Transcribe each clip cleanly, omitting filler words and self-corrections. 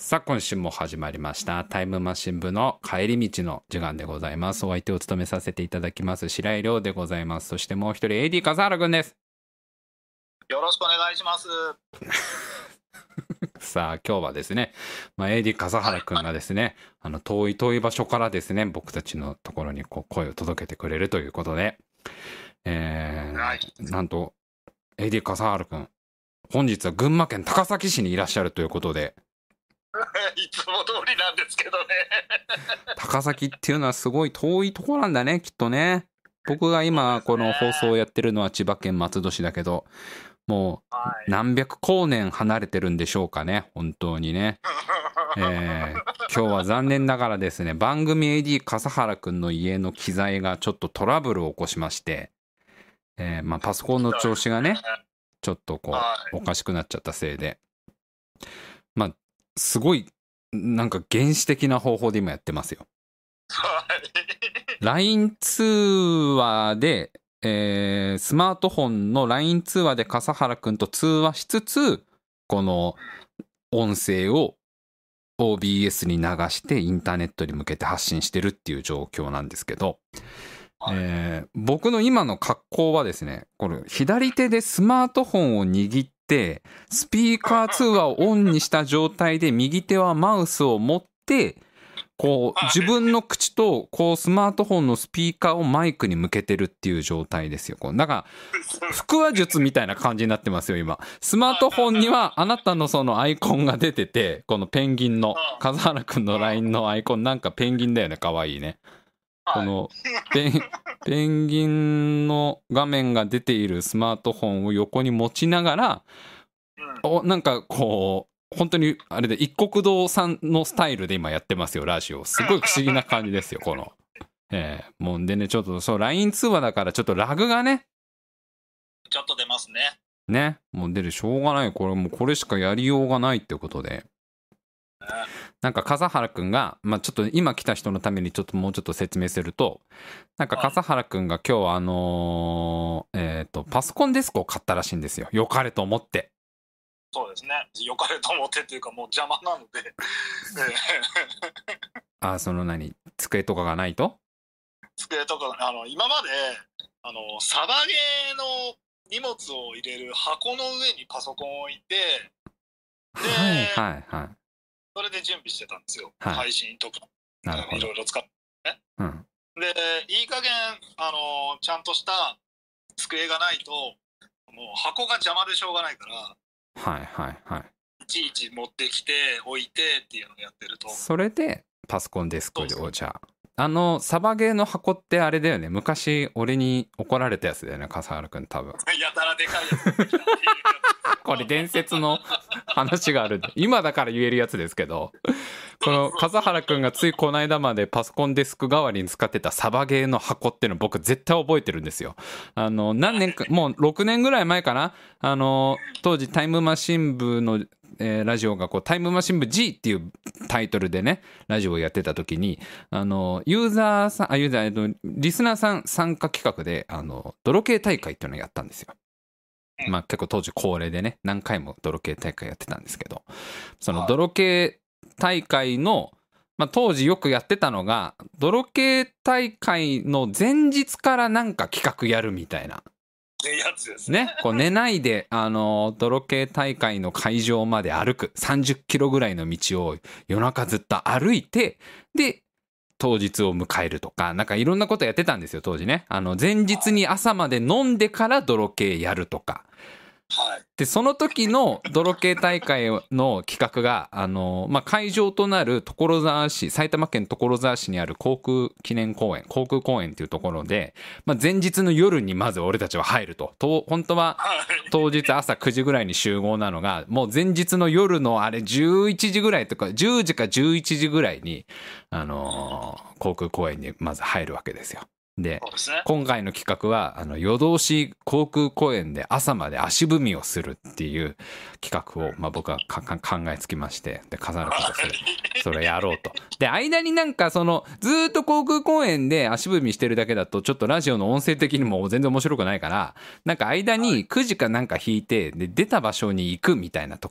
さあ今週も始まりましたタイムマシン部の帰り道の時間でございます。お相手を務めさせていただきます白井亮でございます。そしてもう一人 AD 笠原くんです。 よろしくお願いしますさあ今日はですね、AD 笠原くんがですね、遠い場所からですね僕たちのところにこう声を届けてくれるということで、なんと AD 笠原くん本日は群馬県高崎市にいらっしゃるということでいつも通りなんですけどね高崎っていうのはすごい遠いところなんだねきっとね。僕が今この放送をやってるのは千葉県松戸市だけど、もう何百光年離れてるんでしょうかね本当にね。今日は残念ながらですね、番組 AD 笠原くんの家の機材がちょっとトラブルを起こしまして、パソコンの調子がねちょっとこうおかしくなっちゃったせいで、すごいなんか原始的な方法で今やってますよ。LINE 通話で、スマートフォンの LINE 通話で笠原くんと通話しつつこの音声を OBS に流してインターネットに向けて発信してるっていう状況なんですけど、僕の今の格好はですね、これ左手でスマートフォンを握ってスピーカー通話をオンにした状態で右手はマウスを持ってこう自分の口とこうスマートフォンのスピーカーをマイクに向けてるっていう状態ですよ。だから腹話術みたいな感じになってますよ今。スマートフォンにはあなたのそのアイコンが出てて、このペンギンの笠原くんの LINE のアイコンなんかペンギンだよね、かわいいね。このペンギンの画面が出ているスマートフォンを横に持ちながら、なんかこう本当にあれで一国堂さんのスタイルで今やってますよラジオ。すごい不思議な感じですよこの、もうでね、ちょっとそう LINE 通話だからちょっとラグがねちょっと出ますね、もう出るしょうがない。これもうこれしかやりようがないってことで、なんか笠原くんが、ちょっと今来た人のためにちょっともうちょっと説明すると、なんか笠原くんが今日パソコンデスクを買ったらしいんですよ。良かれと思って。 そうですね、良かれと思ってっていうかもう邪魔なのでその机とかがないと、 机とか今までサバゲーの荷物を入れる箱の上にパソコンを置いて、で、それで準備してたんですよ、配信とかいろいろ使ってね、でいい加減ちゃんとした机がないともう箱が邪魔でしょうがないから、いちいち持ってきて置いてっていうのをやってると、 それでパソコンデスクをじゃあサバゲーの箱ってあれだよね、昔俺に怒られたやつだよね笠原くん多分やたらでかいやつこれ伝説の話があるんで今だから言えるやつですけど、この笠原くんがついこの間までパソコンデスク代わりに使ってたサバゲーの箱っていうの僕絶対覚えてるんですよ。何年かもう6年ぐらい前かな、当時タイムマシン部のラジオがこうタイムマシン部 G っていうタイトルでねラジオをやってた時にリスナーさん参加企画で泥系大会っていうのをやったんですよ。結構当時恒例でね何回も泥系大会やってたんですけど、その泥系大会の、当時よくやってたのが泥系大会の前日からなんか企画やるみたいなやつですね。 こう寝ないで泥系大会の会場まで歩く30キロぐらいの道を夜中ずっと歩いて、で当日を迎えるとかなんかいろんなことやってたんですよ当時ね。前日に朝まで飲んでから泥系やるとか。でその時の泥系大会の企画が会場となる所沢市、埼玉県所沢市にある航空公園っていうところで、前日の夜にまず俺たちは入ると本当は当日朝9時ぐらいに集合なのがもう前日の夜のあれ11時ぐらいとか10時か11時ぐらいに航空公園にまず入るわけですよ。で今回の企画は夜通し航空公園で朝まで足踏みをするっていう企画を、僕は考えつきまして、で笠原君とそれやろうと。で間になんかずっと航空公園で足踏みしてるだけだとちょっとラジオの音声的にも全然面白くないから、なんか間に9時かなんか引いてで出た場所に行くみたいなとこ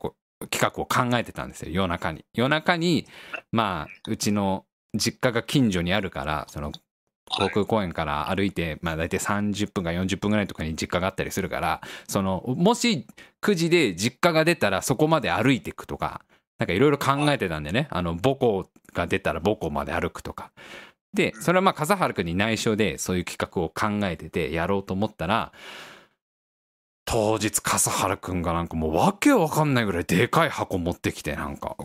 企画を考えてたんですよ、夜中に。まあうちの実家が近所にあるから、その航空公園から歩いて、まあ大体30分か40分ぐらいのところに実家があったりするから、そのもし9時で実家が出たらそこまで歩いていくとか、なんかいろいろ考えてたんでね、母校が出たら母校まで歩くとか。で、それはまあ笠原くんに内緒でそういう企画を考えててやろうと思ったら、当日笠原くんがなんかもうわけわかんないぐらいでかい箱持ってきて、なんか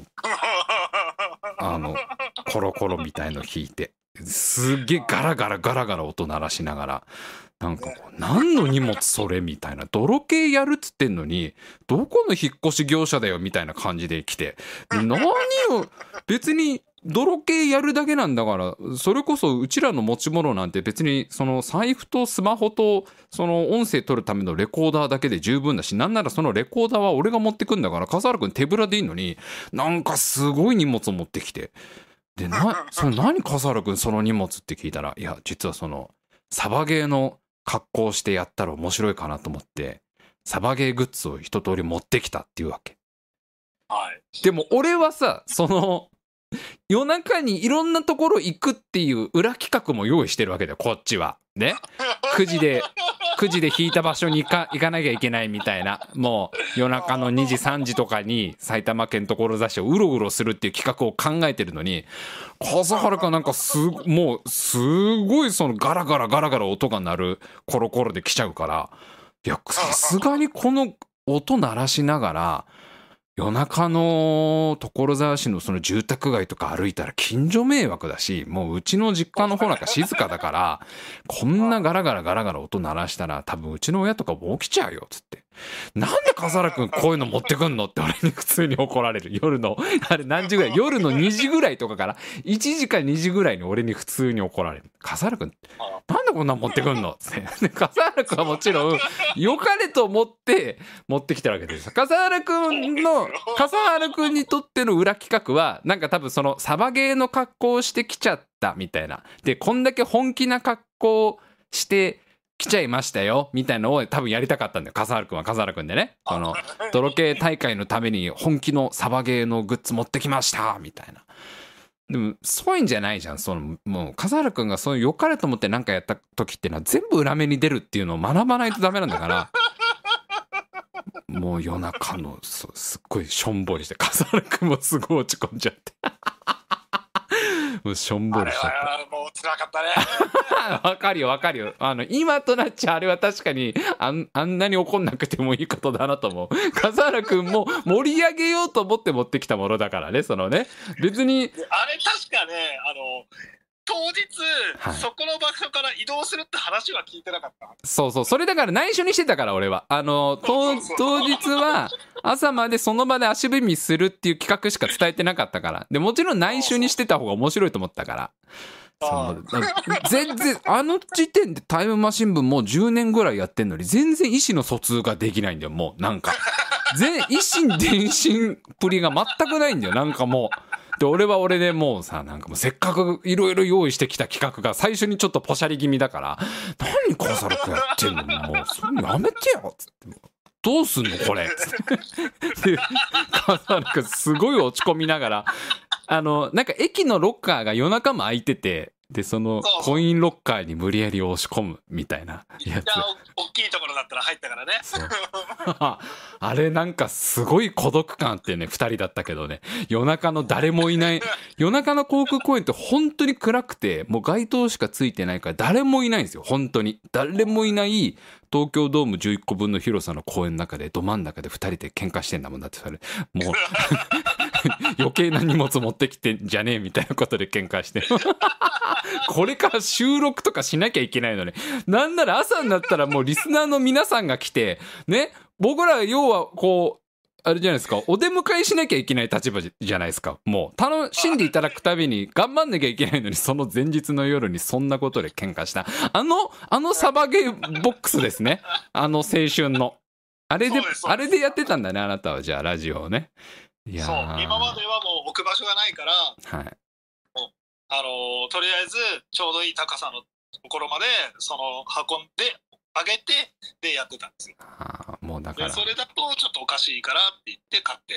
コロコロみたいの引いて、すっげえガラガラガラガラ音鳴らしながら、なんかこう何の荷物それみたいな、泥系やるっつってんのにどこの引っ越し業者だよみたいな感じで来て、何を別に泥系やるだけなんだから、それこそうちらの持ち物なんて別にその財布とスマホとその音声取るためのレコーダーだけで十分だし、なんならそのレコーダーは俺が持ってくんだから笠原くん手ぶらでいいのに、なんかすごい荷物を持ってきて、でその何笠原くんその荷物って聞いたら、いや実はそのサバゲーの格好してやったら面白いかなと思ってサバゲーグッズを一通り持ってきたっていうわけ。 はい。 でも俺はさ、その夜中にいろんなところ行くっていう裏企画も用意してるわけだよ、こっちはね。9時で引いた場所に行かなきゃいけないみたいな、もう夜中の2時3時とかに埼玉県所沢市をうろうろするっていう企画を考えてるのに、笠原かなんかもうすごいそのガラガラガラガラ音が鳴るコロコロで来ちゃうから、いやさすがにこの音鳴らしながら夜中の所沢市のその住宅街とか歩いたら近所迷惑だし、もううちの実家の方なんか静かだから、こんなガラガラガラガラ音鳴らしたら多分うちの親とかも起きちゃうよっつって。なんで笠原くんこういうの持ってくんのって俺に普通に怒られる。夜のあれ何時ぐらい、夜の2時ぐらいとかから1時か2時ぐらいに俺に普通に怒られる。笠原くんなんでこんなん持ってくんのっつって。で笠原くんはもちろん良かれと思って持ってきてるわけです。笠原くんにとっての裏企画はなんか多分そのサバゲーの格好をしてきちゃったみたいな。でこんだけ本気な格好して来ちゃいましたよみたいなのを多分やりたかったんだよ、笠原くんは笠原くんでね。その泥系大会のために本気のサバゲーのグッズ持ってきましたみたいな。でもそういうんじゃないじゃん。そのもう笠原くんがそういう良かれと思って何かやった時っていうのは全部裏目に出るっていうのを学ばないとダメなんだから。もう夜中のすっごいしょんぼりして笠原くんもすごい落ち込んじゃってもうしょんぼりしちゃって、 あれはもう辛かったね。 わかるよ今となっちゃあれは確かにあんなに怒んなくてもいいことだなと思う。笠原くんも盛り上げようと思って持ってきたものだからね、そのね。別にあれ確かね、当日、 はい、 そこの場所から移動するって話は聞いてなかった。 そうそれだから内緒にしてたから俺は当日は朝までその場で足踏みするっていう企画しか伝えてなかったから。でもちろん内緒にしてた方が面白いと思ったから。全然時点でタイムマシン部もう10年ぐらいやってんのに全然意思の疎通ができないんだよ。もうなんか意心伝心っぷりが全くないんだよ。なんかもうで俺は俺でもうさ、なんかもうせっかくいろいろ用意してきた企画が最初にちょっとポシャリ気味だから、何笠原くんやってんの、もうそれやめてよつって、どうすんのこれつってで笠原くんすごい落ち込みながらなんか駅のロッカーが夜中も開いてて、でそのコインロッカーに無理やり押し込むみたいなやつ。 大きいところだったら入ったからね。 あれなんかすごい孤独感あってね、2人だったけどね。夜中の誰もいない夜中の航空公園って本当に暗くて、もう街灯しかついてないから誰もいないんですよ。本当に誰もいない東京ドーム11個分の広さの公園の中でど真ん中で2人で喧嘩してんだもん。だってそれもう余計な荷物持ってきてんじゃねえみたいなことで喧嘩してこれから収録とかしなきゃいけないのに、なんなら朝になったらもうリスナーの皆さんが来てね、僕ら要はこうあれじゃないですか、お出迎えしなきゃいけない立場じゃないですか。もう楽しんでいただくたびに頑張んなきゃいけないのに、その前日の夜にそんなことで喧嘩した。サバゲーボックスですね。青春のあれでやってたんだね、あなたは。じゃあラジオをね。いやそう、今まではもう置く場所がないから、 はい、 とりあえずちょうどいい高さのところまでその運んであげてでやってたんですよ。 もうだからでそれだとちょっとおかしいからって言って買って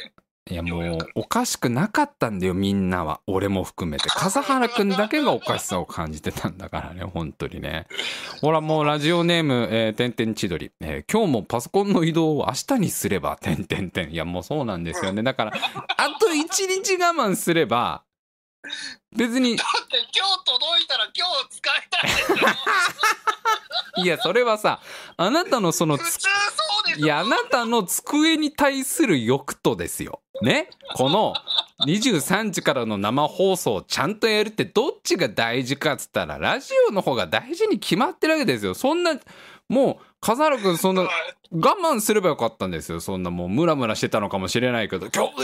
いやもうおかしくなかったんだよみんなは、俺も含めて。笠原くんだけがおかしさを感じてたんだからね、本当にね。ほらもうラジオネーム、てんてん千鳥、今日もパソコンの移動を明日にすれば、てんてんてん。いやもうそうなんですよね。だからあと一日我慢すれば別に。 だって今日届いたら今日使いたいでしょ。 いやそれはさ、あなたのその普通そうでしょ。 いやあなたの机に対する欲とですよね。この23時からの生放送をちゃんとやるってどっちが大事かっつったらラジオの方が大事に決まってるわけですよ。そんなもう笠原くんそんな我慢すればよかったんですよ。そんなもうムラムラしてたのかもしれないけど、今日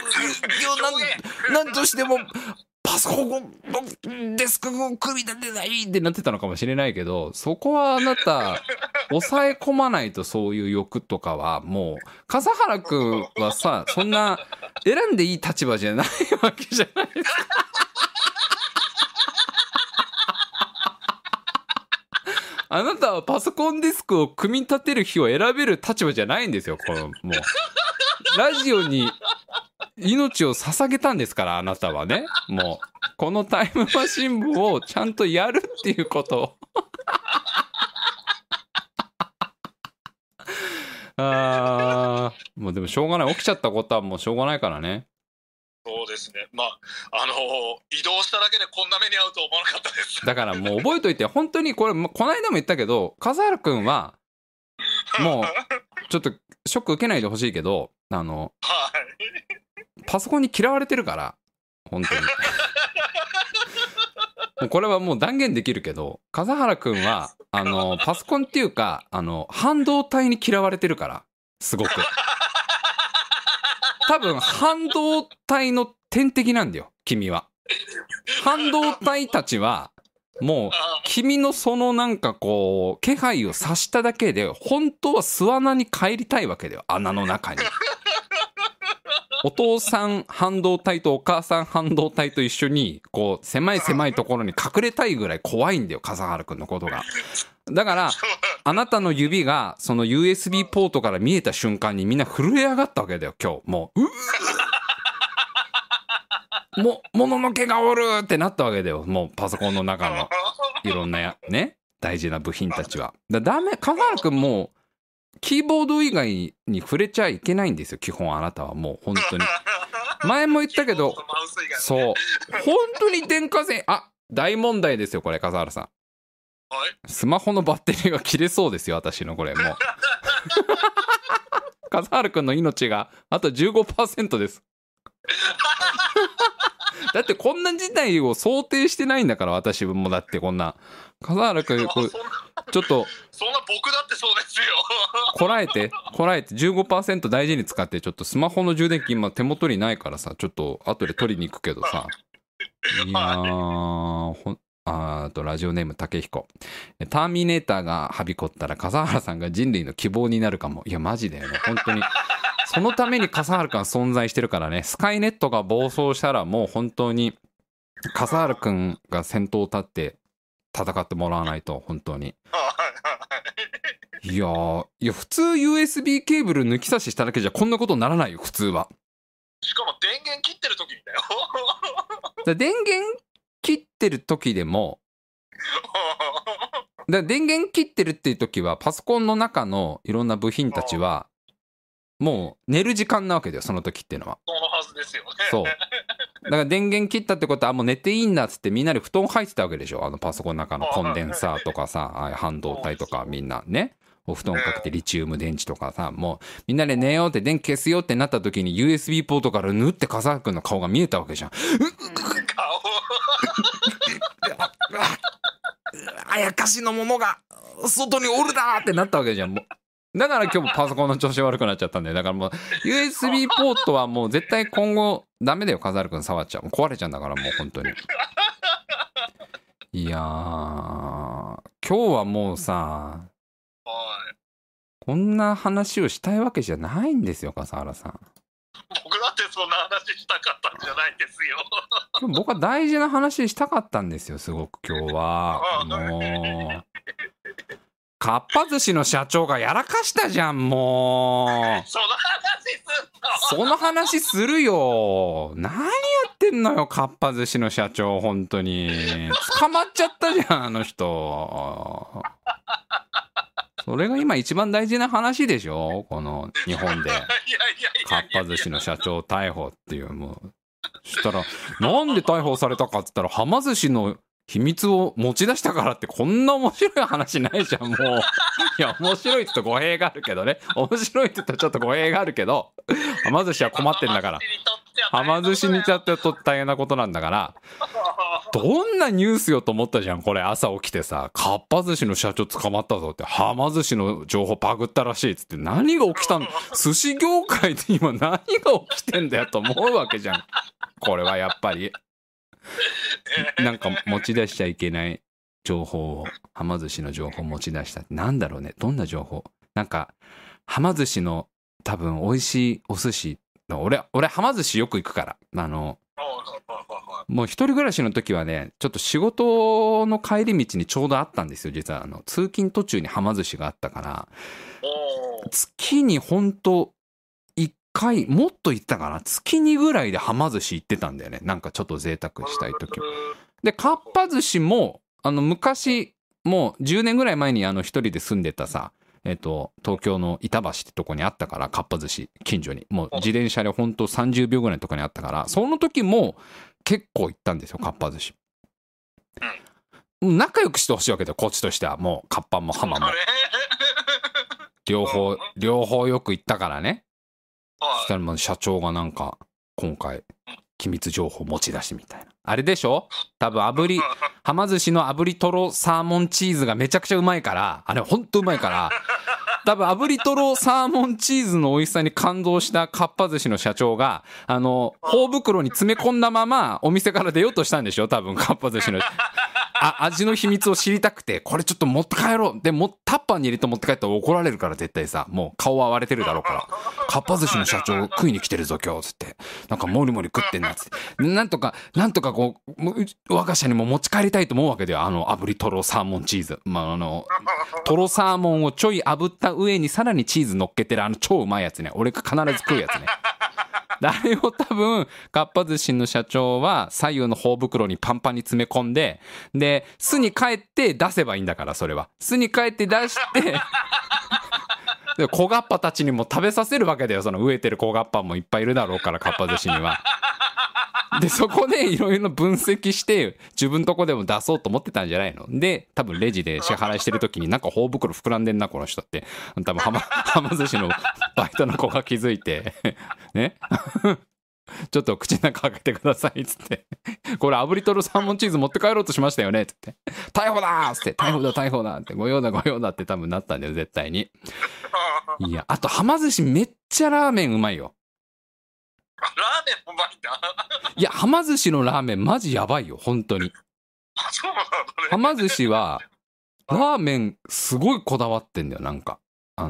なんとしてもパソコンデスクを組み立てないってなってたのかもしれないけど、そこはあなた抑え込まないと。そういう欲とかはもう笠原くんはさ、そんな選んでいい立場じゃないわけじゃないですか。あなたはパソコンデスクを組み立てる日を選べる立場じゃないんですよ。このもうラジオに命を捧げたんですから、あなたはね。もうこのタイムマシン部をちゃんとやるっていうことをもうでもしょうがない。起きちゃったことはもうしょうがないからね。 そうですね。まあ移動しただけでこんな目に遭うと思わなかったです。 だからもう覚えといて、本当にこれこの間も言ったけど、笠原くんはもうちょっとショック受けないでほしいけど、 はい。 パソコンに嫌われてるから、本当に。もうこれはもう断言できるけど、笠原くんはパソコンっていうか半導体に嫌われてるから、すごく。多分半導体の天敵なんだよ君は。半導体たちはもう君のそのなんかこう気配を察しただけで本当は巣穴に帰りたいわけだよ、穴の中に。お父さん半導体とお母さん半導体と一緒にこう狭い狭いところに隠れたいぐらい怖いんだよ笠原くんのことが。だからあなたの指がその USB ポートから見えた瞬間にみんな震え上がったわけだよ今日。もうもののけがおるってなったわけだよ、もうパソコンの中のいろんなね大事な部品たちは。ダメ、笠原くんもうキーボード以外に触れちゃいけないんですよ基本。あなたはもう本当に前も言ったけど、そう本当に電化製大問題ですよこれ笠原さん。スマホのバッテリーが切れそうですよ私のこれ。もう笠原くんの命があと 15% ですだってこんな事態を想定してないんだから私も。だってこんな笠原くんちょっとそんな僕だってそうですよこらえて 15% 大事に使って。ちょっとスマホの充電器今手元にないからさ、ちょっと後で取りに行くけどさ。いやーあとラジオネーム竹彦、ターミネーターがはびこったら笠原さんが人類の希望になるかも。いやマジだよね本当に。そのために笠原くんは存在してるからね。スカイネットが暴走したらもう本当に笠原くんが先頭を立って戦ってもらわないと本当に。いや普通 USB ケーブル抜き差ししただけじゃこんなことにならないよ普通は。 しかも電源切ってる時にだよ電源切ってる時でも電源切ってるっていう時はパソコンの中のいろんな部品たちはもう寝る時間なわけだよその時っていうのは。 そのはずですよね。 そうだから電源切ったってことはもう寝ていいんだっつってみんなで布団入ってたわけでしょ。パソコンの中のコンデンサーとかさ半導体とかみんなねお布団かけてリチウム電池とかさ、もうみんなで寝ようって電気消すよってなった時に USB ポートからぬって笠原くんの顔が見えたわけじゃん。あやかしのものが外におるだってなったわけじゃん。もうだから今日もパソコンの調子悪くなっちゃったんだよ。だからもう USB ポートはもう絶対今後ダメだよ笠原くん触っちゃう。壊れちゃうんだからもう本当に。いやー今日はもうさこんな話をしたいわけじゃないんですよ笠原さん。 僕だってそんな話したかったんじゃないですよ今日僕は大事な話したかったんですよすごく今日は。もうかっぱ寿司の社長がやらかしたじゃんもう。 その話すんの。 その話するよ。何やってんのよ、かっぱ寿司の社長。本当に捕まっちゃったじゃん、あの人。それが今一番大事な話でしょ、この日本で。かっぱ寿司の社長逮捕っていう。もうそしたらなんで逮捕されたかっつったら、はま寿司の秘密を持ち出したからって。こんな面白い話ないじゃん、もう。いや、面白いって言うと語弊があるけどね。面白いって言ったらちょっと語弊があるけど、はま寿司は困ってんだから。はま寿司にちゃってと大変なことなんだから。どんなニュースよと思ったじゃん、これ。朝起きてさ、かっぱ寿司の社長捕まったぞって、はま寿司の情報パクったらしいっつって、何が起きたの？寿司業界で今何が起きてんだよと思うわけじゃん。これはやっぱり。なんか持ち出しちゃいけない情報を、はま寿司の情報持ち出したって、なんだろうね、どんな情報？なんかはま寿司の多分美味しいお寿司の、俺はま寿司よく行くから、もう一人暮らしの時はね、ちょっと仕事の帰り道にちょうどあったんですよ、実は。通勤途中にはま寿司があったから、月にほんと1回、もっと行ったかな、月2ぐらいではま寿司行ってたんだよね。なんかちょっと贅沢したい時は。で、かっぱ寿司も昔、もう10年ぐらい前に一人で住んでたさ、東京の板橋ってとこにあったから、かっぱ寿司近所にもう自転車でほんと30秒ぐらいのとこにあったから、その時も結構行ったんですよ、かっぱ寿司。仲良くしてほしいわけだよ、こっちとしては。もうかっぱもはまも両方よく行ったからね。そしたらもう社長がなんか今回機密情報持ち出しみたいな、あれでしょ、多分はま寿司の炙りとろサーモンチーズがめちゃくちゃうまいから、あれほんとうまいから、多分炙りとろサーモンチーズの美味しさに感動したかっぱ寿司の社長が頬袋に詰め込んだままお店から出ようとしたんでしょ、多分かっぱ寿司の味の秘密を知りたくて、これちょっと持って帰ろう。でもタッパーに入れて持って帰ったら怒られるから、絶対さ、もう顔は割れてるだろうから、かっぱ寿司の社長食いに来てるぞ今日つって、なんかもりもり食ってんなつって、なんとかこう我が社にも持ち帰りたいと思うわけだよ、炙りとろサーモンチーズ。とろサーモンをちょい炙った上にさらにチーズ乗っけてる超うまいやつね。俺が必ず食うやつね。あれを多分かっぱ寿司の社長は左右の頬袋にパンパンに詰め込んで、で巣に帰って出せばいいんだから、それは巣に帰って出してで小ガッパたちにも食べさせるわけだよ。その飢えてる小ガッパもいっぱいいるだろうから、かっぱ寿司には。でそこでいろいろ分析して自分とこでも出そうと思ってたんじゃないの。で多分レジで支払いしてる時に、なんか頬袋膨らんでんなこの人って、多分はま寿司のバイトの子が気づいてねちょっと口の中開けてくださいっつって、これ炙りとろサーモンチーズ持って帰ろうとしましたよねっつって、逮捕だーっつって、逮捕だって、ご用だって多分なったんだよ絶対に。いや、あとはま寿司めっちゃラーメンうまいよ。 ラーメンうまいんだ。 いや、はま寿司のラーメンマジやばいよ本当に。 そうなのね。 はま寿司はラーメンすごいこだわってんだよ。なんかこ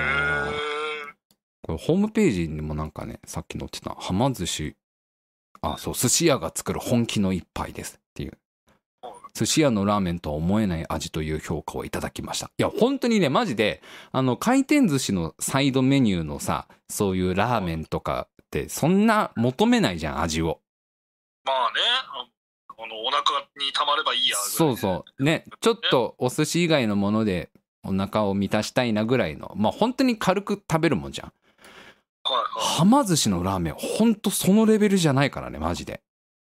れホームページにもなんかね、さっき載ってたはま寿司、そう、寿司屋が作る本気の一杯ですっていう、寿司屋のラーメンとは思えない味という評価をいただきました。いや本当にね、マジで回転寿司のサイドメニューのさ、そういうラーメンとかってそんな求めないじゃん、味を。 まあね、お腹にたまればいいやぐらい、ね、 そうそうね、ちょっとお寿司以外のものでお腹を満たしたいなぐらいの、まあ本当に軽く食べるもんじゃん。はま寿司のラーメンほんとそのレベルじゃないからね、マジで。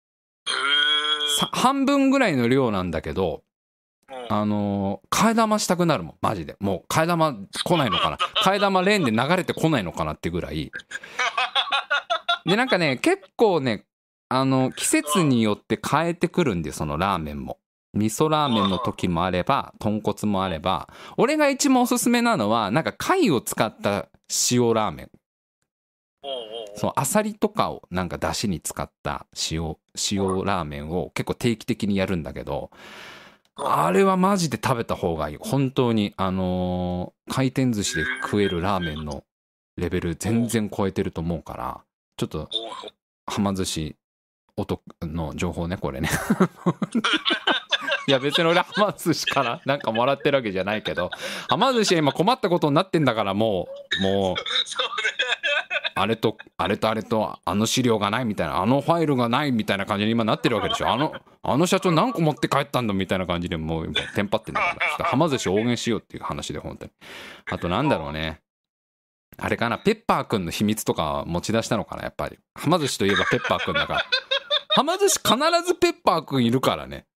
半分ぐらいの量なんだけど、替え玉したくなるもんマジで。もう替え玉来ないのかな、替え玉レーンで流れてこないのかなってぐらいで、なんかね、結構ね、季節によって変えてくるんで、そのラーメンも味噌ラーメンの時もあれば豚骨もあれば、俺が一番おすすめなのはなんか貝を使った塩ラーメン。そう、アサリとかをなんか出汁に使った塩ラーメンを結構定期的にやるんだけど、あれはマジで食べた方がいい本当に。回転寿司で食えるラーメンのレベル全然超えてると思うから、ちょっとはま寿司お得の情報ね、これねいや別に俺はま寿司からなんかもらってるわけじゃないけど、はま寿司は今困ったことになってんだから、もうそうねあれとあれとあの資料がないみたいな、あのファイルがないみたいな感じに今なってるわけでしょ。あの社長何個持って帰ったんだみたいな感じでもう今テンパってんだから、ちょっとはま寿司応援しようっていう話で本当に。あとなんだろうね、あれかな、ペッパーくんの秘密とか持ち出したのかな。やっぱりはま寿司といえばペッパーくんだから、はま寿司必ずペッパーくんいるからね。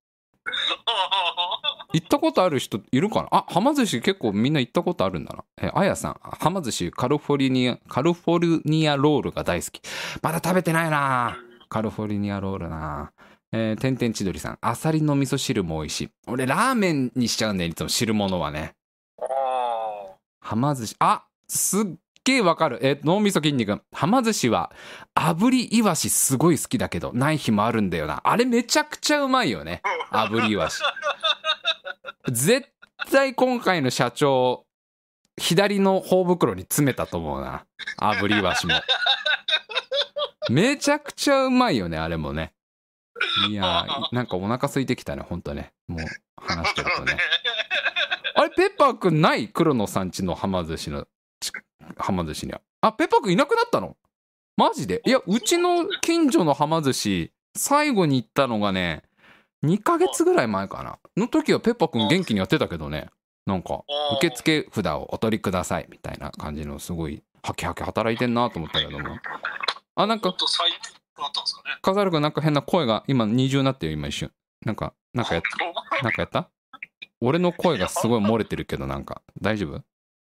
行ったことある人いるかな。あ、はま寿司結構みんな行ったことあるんだな。あやさん、はま寿司カリフォルニアロールが大好き。まだ食べてないな。カリフォルニアロールな。てんてん千鳥さん、アサリの味噌汁も美味しい。俺ラーメンにしちゃうんだよ、いつも汁物はね。はま寿司、あ、すっげえわかる。脳みそ筋肉。はま寿司は炙りイワシすごい好きだけどない日もあるんだよな。あれめちゃくちゃうまいよね、炙りイワシ。絶対今回の社長左の頬袋に詰めたと思うな、炙りイワシも。めちゃくちゃうまいよね、あれもね。いやー、なんかお腹空いてきたね、ほんとね。もう話してるとね。あれペッパーくんない？黒野さんちのはま寿司のはま寿司には。あ、ペッパーくんいなくなったの？マジで？いや、うちの近所のはま寿司最後に行ったのがね2ヶ月ぐらい前かなの時はペッパーくん元気にやってたけどね。なんか受付札をお取りくださいみたいな感じの、すごいハキハキ働いてんなと思ったけども。あ、なんか笠原くんなんか変な声が今二重になってる、今一瞬。なんかやった俺の声がすごい漏れてるけど、なんか大丈夫？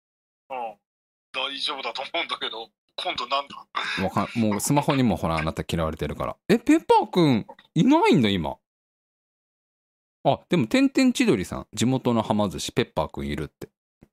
大丈夫だと思うんだけど、今度なんだ？ もうスマホにもほらあなた嫌われてるから。ペッパーくんいないんだ今。あ、でもてんてん千鳥さん、地元のはま寿司ペッパーくんいるって。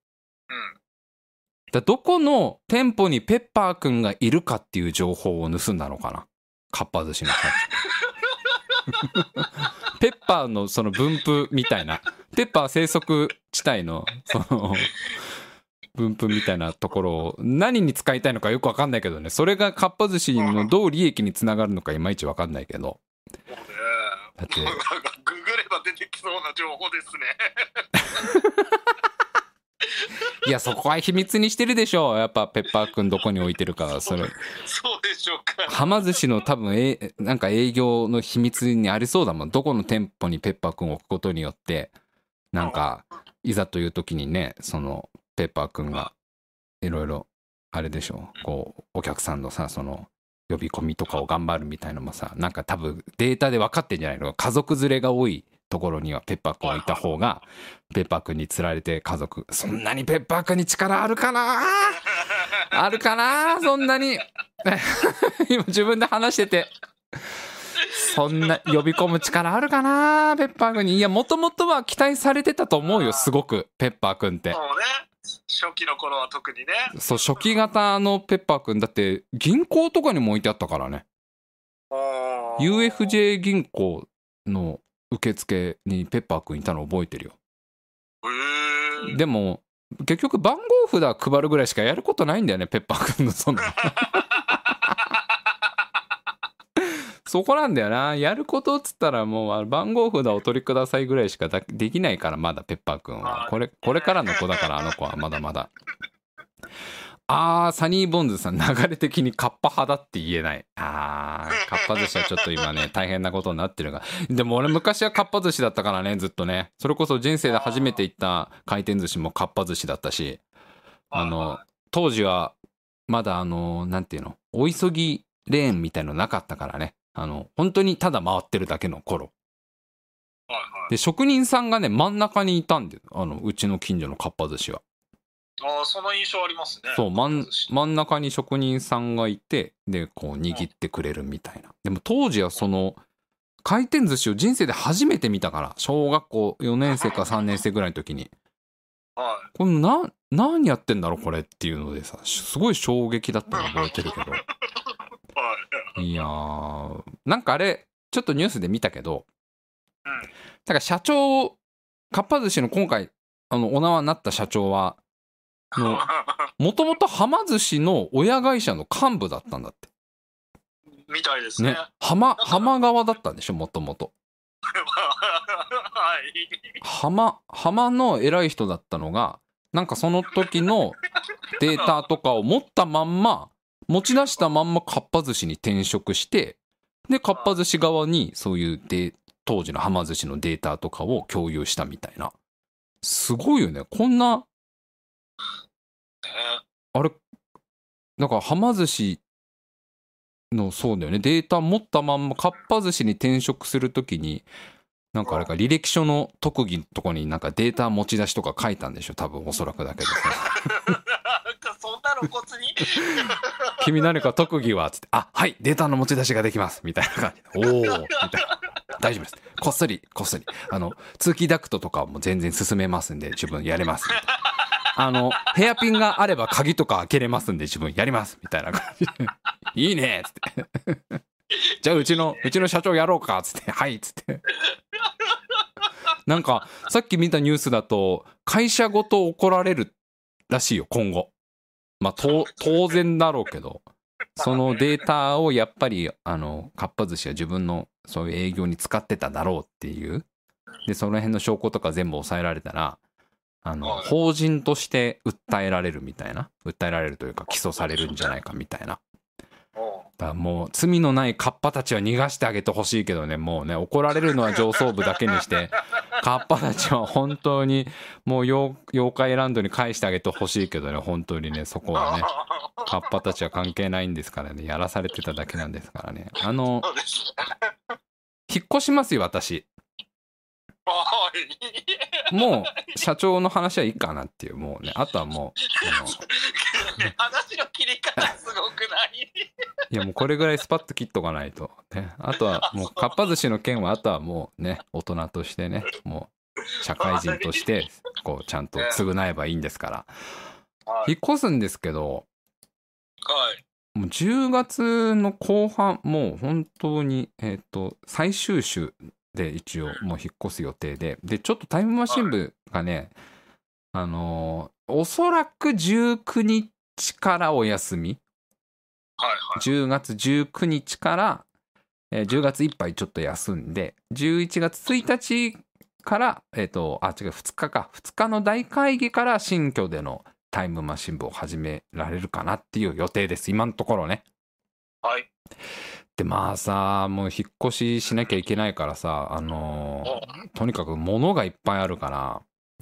だどこの店舗にペッパーくんがいるかっていう情報を盗んだのかな、かっぱ寿司の社長。ペッパーのその分布みたいな、ペッパー生息地帯のその分布みたいなところを何に使いたいのかよく分かんないけどね。それがかっぱ寿司のどう利益につながるのかいまいち分かんないけど。だってググれば出てきそうな情報ですね。 いや、そこは秘密にしてるでしょう。やっぱペッパーくんどこに置いてるか、それ。 そうでしょうか。 はま寿司の多分なんか営業の秘密にありそうだもん。どこの店舗にペッパーくんを置くことによって、なんかいざという時にね、そのペッパーくんがいろいろあれでしょう。こうお客さんのさ、その呼び込みとかを頑張るみたいのもさ、なんか多分データで分かってんじゃないの。家族連れが多いところにはペッパーくんをいた方が、ペッパーくんに釣られて家族、そんなにペッパーくんに力あるかなあるかな、そんなに。今自分で話してて、そんな呼び込む力あるかなペッパーくんに。いや、もともとは期待されてたと思うよ、すごくペッパーくんって。 そうね、初期の頃は特にね。 そう、初期型のペッパーくんだって銀行とかにも置いてあったからね。UFJ 銀行の受付にペッパーくんいたの覚えてるよ。でも結局番号札配るぐらいしかやることないんだよね、ペッパーくんのそのそこなんだよな。やることっつったらもう番号札お取りくださいぐらいしかできないから、まだペッパーくんはこれからの子だから、あの子はまだまだ。サニーボンズさん、流れ的にカッパ派だって言えない。カッパ寿司はちょっと今ね大変なことになってるが、でも俺昔はカッパ寿司だったからね、ずっとね。それこそ人生で初めて行った回転寿司もカッパ寿司だったし、当時はまだなんていうの、お急ぎレーンみたいのなかったからね。本当にただ回ってるだけの頃で、職人さんがね真ん中にいたんで、うちの近所のかっぱ寿司は。 その印象ありますね。 そう、真ん中に職人さんがいて、でこう握ってくれるみたいな。でも当時はその回転寿司を人生で初めて見たから、小学校4年生か3年生ぐらいの時に、これ何やってんだろうこれっていうのでさ、すごい衝撃だったの覚えてるけどいやー、なんかあれちょっとニュースで見たけど、だから社長、かっぱ寿司の今回お縄になった社長はもともとはま寿司の親会社の幹部だったんだってみたいですね。 浜側だったんでしょ、もともと。浜の偉い人だったのが、なんかその時のデータとかを持ったまんま持ち出したまんまかっぱ寿司に転職して、でかっぱ寿司側にそういう当時のはま寿司のデータとかを共有したみたいな。すごいよね。こんなあれだからはま寿司のそうだよね、データ持ったまんまかっぱ寿司に転職するときになんかあれか履歴書の特技のとこになんかデータ持ち出しとか書いたんでしょ多分、おそらくだけどさそんな露骨に君何か特技はつって、あはいデータの持ち出しができますみたいな感じで、おおみたいな、大丈夫です、こっそり通気ダクトとかも全然進めますんで自分やれますみたいな、ヘアピンがあれば鍵とか開けれますんで自分やりますみたいな感じでいいねっつってじゃあうちの社長やろうかっつって、はいっつってなんかさっき見たニュースだと会社ごと怒られるらしいよ今後。まあ当然だろうけど、そのデータをやっぱりかっぱ寿司は自分のそういう営業に使ってただろうっていう、でその辺の証拠とか全部抑えられたら法人として訴えられるみたいな、訴えられるというか起訴されるんじゃないかみたいな。だからもう罪のないカッパたちは逃がしてあげてほしいけどね、もうね怒られるのは上層部だけにしてカッパたちは本当にもう妖怪ランドに返してあげてほしいけどね、本当にねそこはねカッパたちは関係ないんですからね、やらされてただけなんですからね。引っ越しますよ私。もう社長の話はいいかなっていう、もうねあとはもう話の切り方すごくない？ いやもうこれぐらいスパッと切っとかないとね。あとはもうかっぱ寿司の件はあとはもうね大人としてね、もう社会人としてこうちゃんと償えばいいんですから、引っ越すんですけど、もう10月の後半、もう本当に最終週で一応もう引っ越す予定で、ちょっとタイムマシン部がね、おそらく19日からお休み、10月19日から10月いっぱいちょっと休んで、11月1日から2日か、2日の大会議から新居でのタイムマシン部を始められるかなっていう予定です今のところね。 はい。 でまあさ、もう引っ越ししなきゃいけないからさ、とにかく物がいっぱいあるから、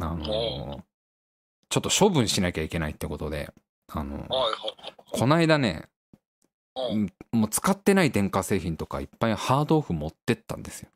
ちょっと処分しなきゃいけないってことで、こないだね、もう使ってない電化製品とかいっぱいハードオフ持ってったんですよ。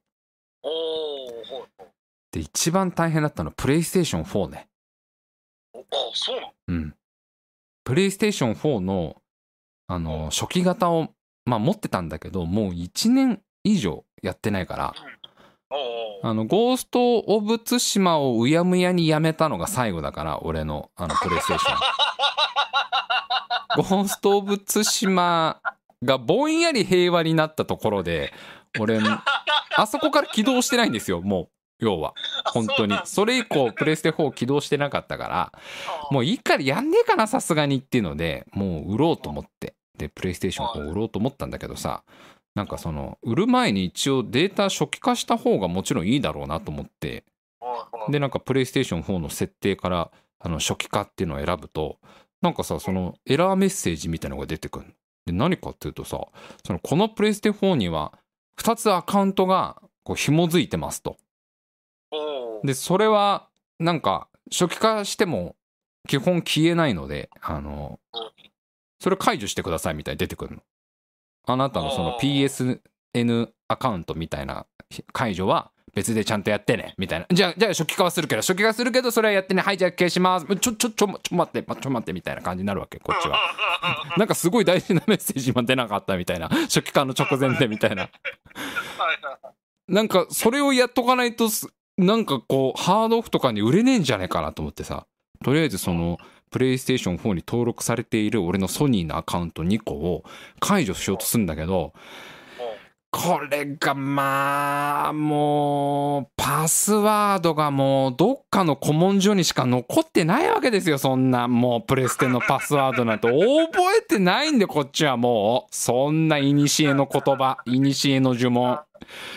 で一番大変だったのはプレイステーション4ね。 そうなの？ うん。プレイステーション4の初期型をまあ持ってたんだけど、もう1年以上やってないから、ゴースト・オブ・ツシマをうやむやにやめたのが最後だから、俺のプレイステーションゴースト・オブ・ツシマがぼんやり平和になったところで、俺あそこから起動してないんですよ。もう要は本当にそれ以降プレイステ4起動してなかったから、もういいからやんねえかなさすがにっていうので、もう売ろうと思って、でプレイステーション4売ろうと思ったんだけどさ、なんかその売る前に一応データ初期化した方がもちろんいいだろうなと思って、でなんかプレイステーション4の設定から初期化っていうのを選ぶと、なんかさそのエラーメッセージみたいなのが出てくる。で何かっていうとさ、このプレイステ4には2つアカウントがこう紐づいてますと。でそれはなんか初期化しても基本消えないので、それ解除してくださいみたいに出てくるの。あなたのその PSN アカウントみたいな解除は別でちゃんとやってねみたいな。じゃあ初期化はするけどそれはやってね、はいじゃあ消します、ちょ待ってみたいな感じになるわけこっちはなんかすごい大事なメッセージも出なかったみたいな、初期化の直前でみたいななんかそれをやっとかないとなんかこうハードオフとかに売れねえんじゃねえかなと思ってさ、とりあえずそのプレイステーション4に登録されている俺のソニーのアカウント2個を解除しようとするんだけど、これがまあもうパスワードがもうどっかの古文書にしか残ってないわけですよ。そんなもうプレステのパスワードなんて覚えてないんで、こっちはもうそんな古の言葉、古の呪文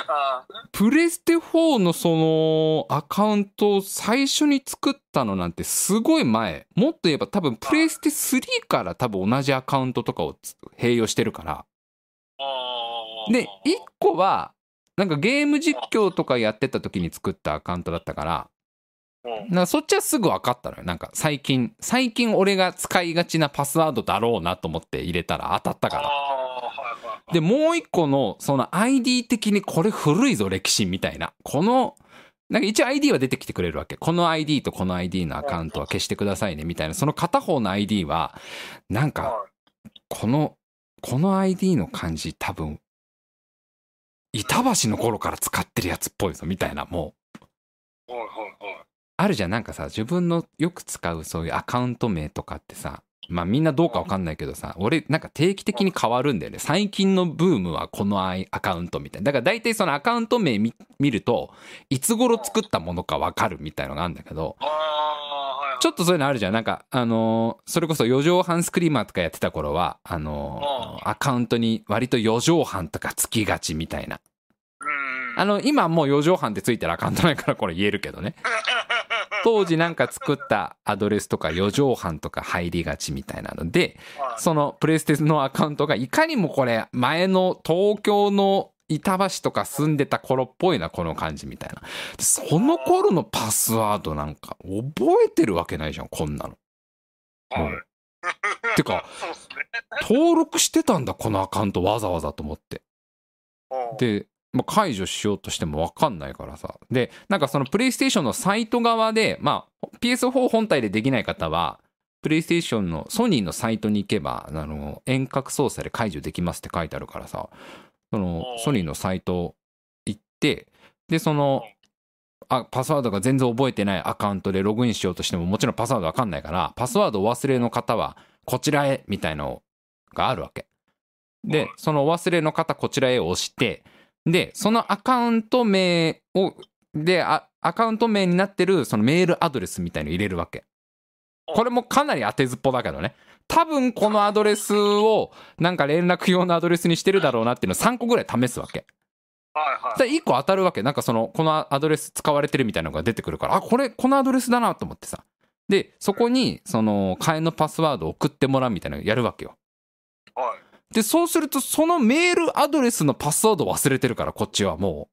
プレステ4のそのアカウントを最初に作ったのなんてすごい前。もっと言えば多分プレステ3から多分同じアカウントとかを併用してるから。で、1個はなんかゲーム実況とかやってた時に作ったアカウントだったから、なんかそっちはすぐ分かったのよ。なんか最近俺が使いがちなパスワードだろうなと思って入れたら当たったから。でもう一個のその ID 的にこれ古いぞ歴史みたいな、このなんか一応 ID は出てきてくれるわけ。この ID とこの ID のアカウントは消してくださいねみたいな、その片方の ID はなんかこの ID の感じ多分板橋の頃から使ってるやつっぽいぞみたいな、もうあるじゃん。なんかさ、自分のよく使うそういうアカウント名とかってさ、まあみんなどうかわかんないけどさ、俺なんか定期的に変わるんだよね。最近のブームはこのアカウントみたいな。だから大体そのアカウント名見るといつ頃作ったものかわかるみたいのがあるんだけど、ちょっとそういうのあるじゃん。なんかそれこそ四畳半スクリーマーとかやってた頃はアカウントに割と四畳半とかつきがちみたいな。今もう四畳半ってついてるアカウントないからこれ言えるけどね。当時なんか作ったアドレスとか四畳半とか入りがちみたいなので、そのプレステのアカウントがいかにもこれ前の東京の板橋とか住んでた頃っぽいなこの感じみたいな。その頃のパスワードなんか覚えてるわけないじゃんこんなの。てか登録してたんだこのアカウントわざわざと思って。で解除しようとしても分かんないからさ。でなんかそのプレイステーションのサイト側で、まあ PS4 本体でできない方はプレイステーションのソニーのサイトに行けば遠隔操作で解除できますって書いてあるからさ、そのソニーのサイト行って、でそのパスワードが全然覚えてないアカウントでログインしようとしてももちろんパスワード分かんないから、パスワードお忘れの方はこちらへみたいのがあるわけで、そのお忘れの方こちらへを押して、でそのアカウント名をアカウント名になってるそのメールアドレスみたいの入れるわけ。これもかなり当てずっぽだけどね、多分このアドレスをなんか連絡用のアドレスにしてるだろうなっていうのを3個ぐらい試すわけ。1個当たるわけ。なんかこのアドレス使われてるみたいなのが出てくるから、このアドレスだなと思ってさ、でそこにその替えのパスワードを送ってもらうみたいなのやるわけよ。でそうするとそのメールアドレスのパスワード忘れてるから、こっちはも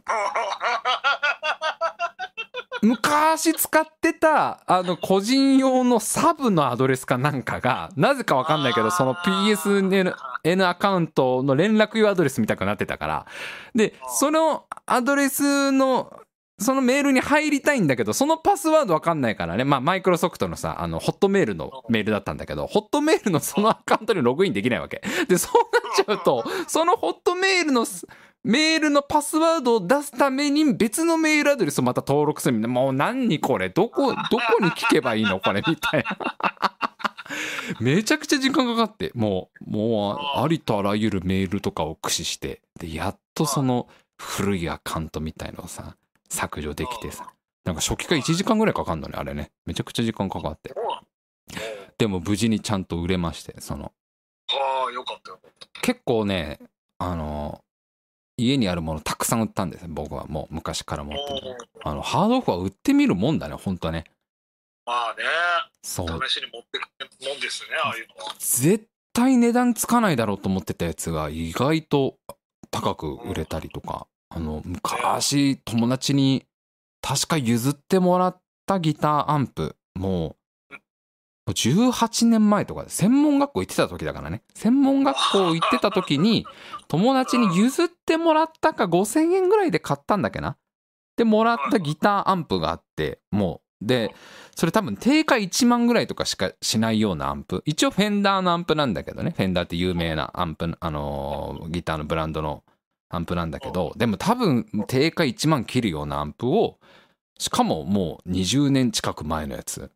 う昔使ってた個人用のサブのアドレスかなんかがなぜか分かんないけど、その PSN アカウントの連絡用アドレスみたくなってたから、でそのアドレスのそのメールに入りたいんだけど、そのパスワード分かんないからね。まあマイクロソフトのさホットメールのメールだったんだけど、ホットメールのそのアカウントにログインできないわけで、そうなっちゃうとそのホットメールのパスワードを出すために別のメールアドレスをまた登録するみたいな。もう何これどこに聞けばいいのこれみたいなめちゃくちゃ時間かかって、もうありとあらゆるメールとかを駆使して、でやっとその古いアカウントみたいのをさ削除できてさ、なんか初期化1時間ぐらいかかんのねあれね。めちゃくちゃ時間かかって、でも無事にちゃんと売れまして、 よかったよ。 結構ね家にあるものたくさん売ったんですよ僕は。もう昔から持ってるハードオフは売ってみるもんだね本当はね。 まあね、そう試しに持ってくるもんですね、ああいうのは。 絶対値段つかないだろうと思ってたやつが意外と高く売れたりとか、昔友達に確か譲ってもらったギターアンプ、もう18年前とかで専門学校行ってた時だからね。専門学校行ってた時に友達に譲ってもらったか5000円ぐらいで買ったんだっけな。でもらったギターアンプがあって、もうでそれ多分定価1万ぐらいとかしかしないようなアンプ、一応フェンダーのアンプなんだけどね。フェンダーって有名なアンプギターのブランドのアンプなんだけど、でも多分定価1万切るようなアンプを、しかももう20年近く前のやつ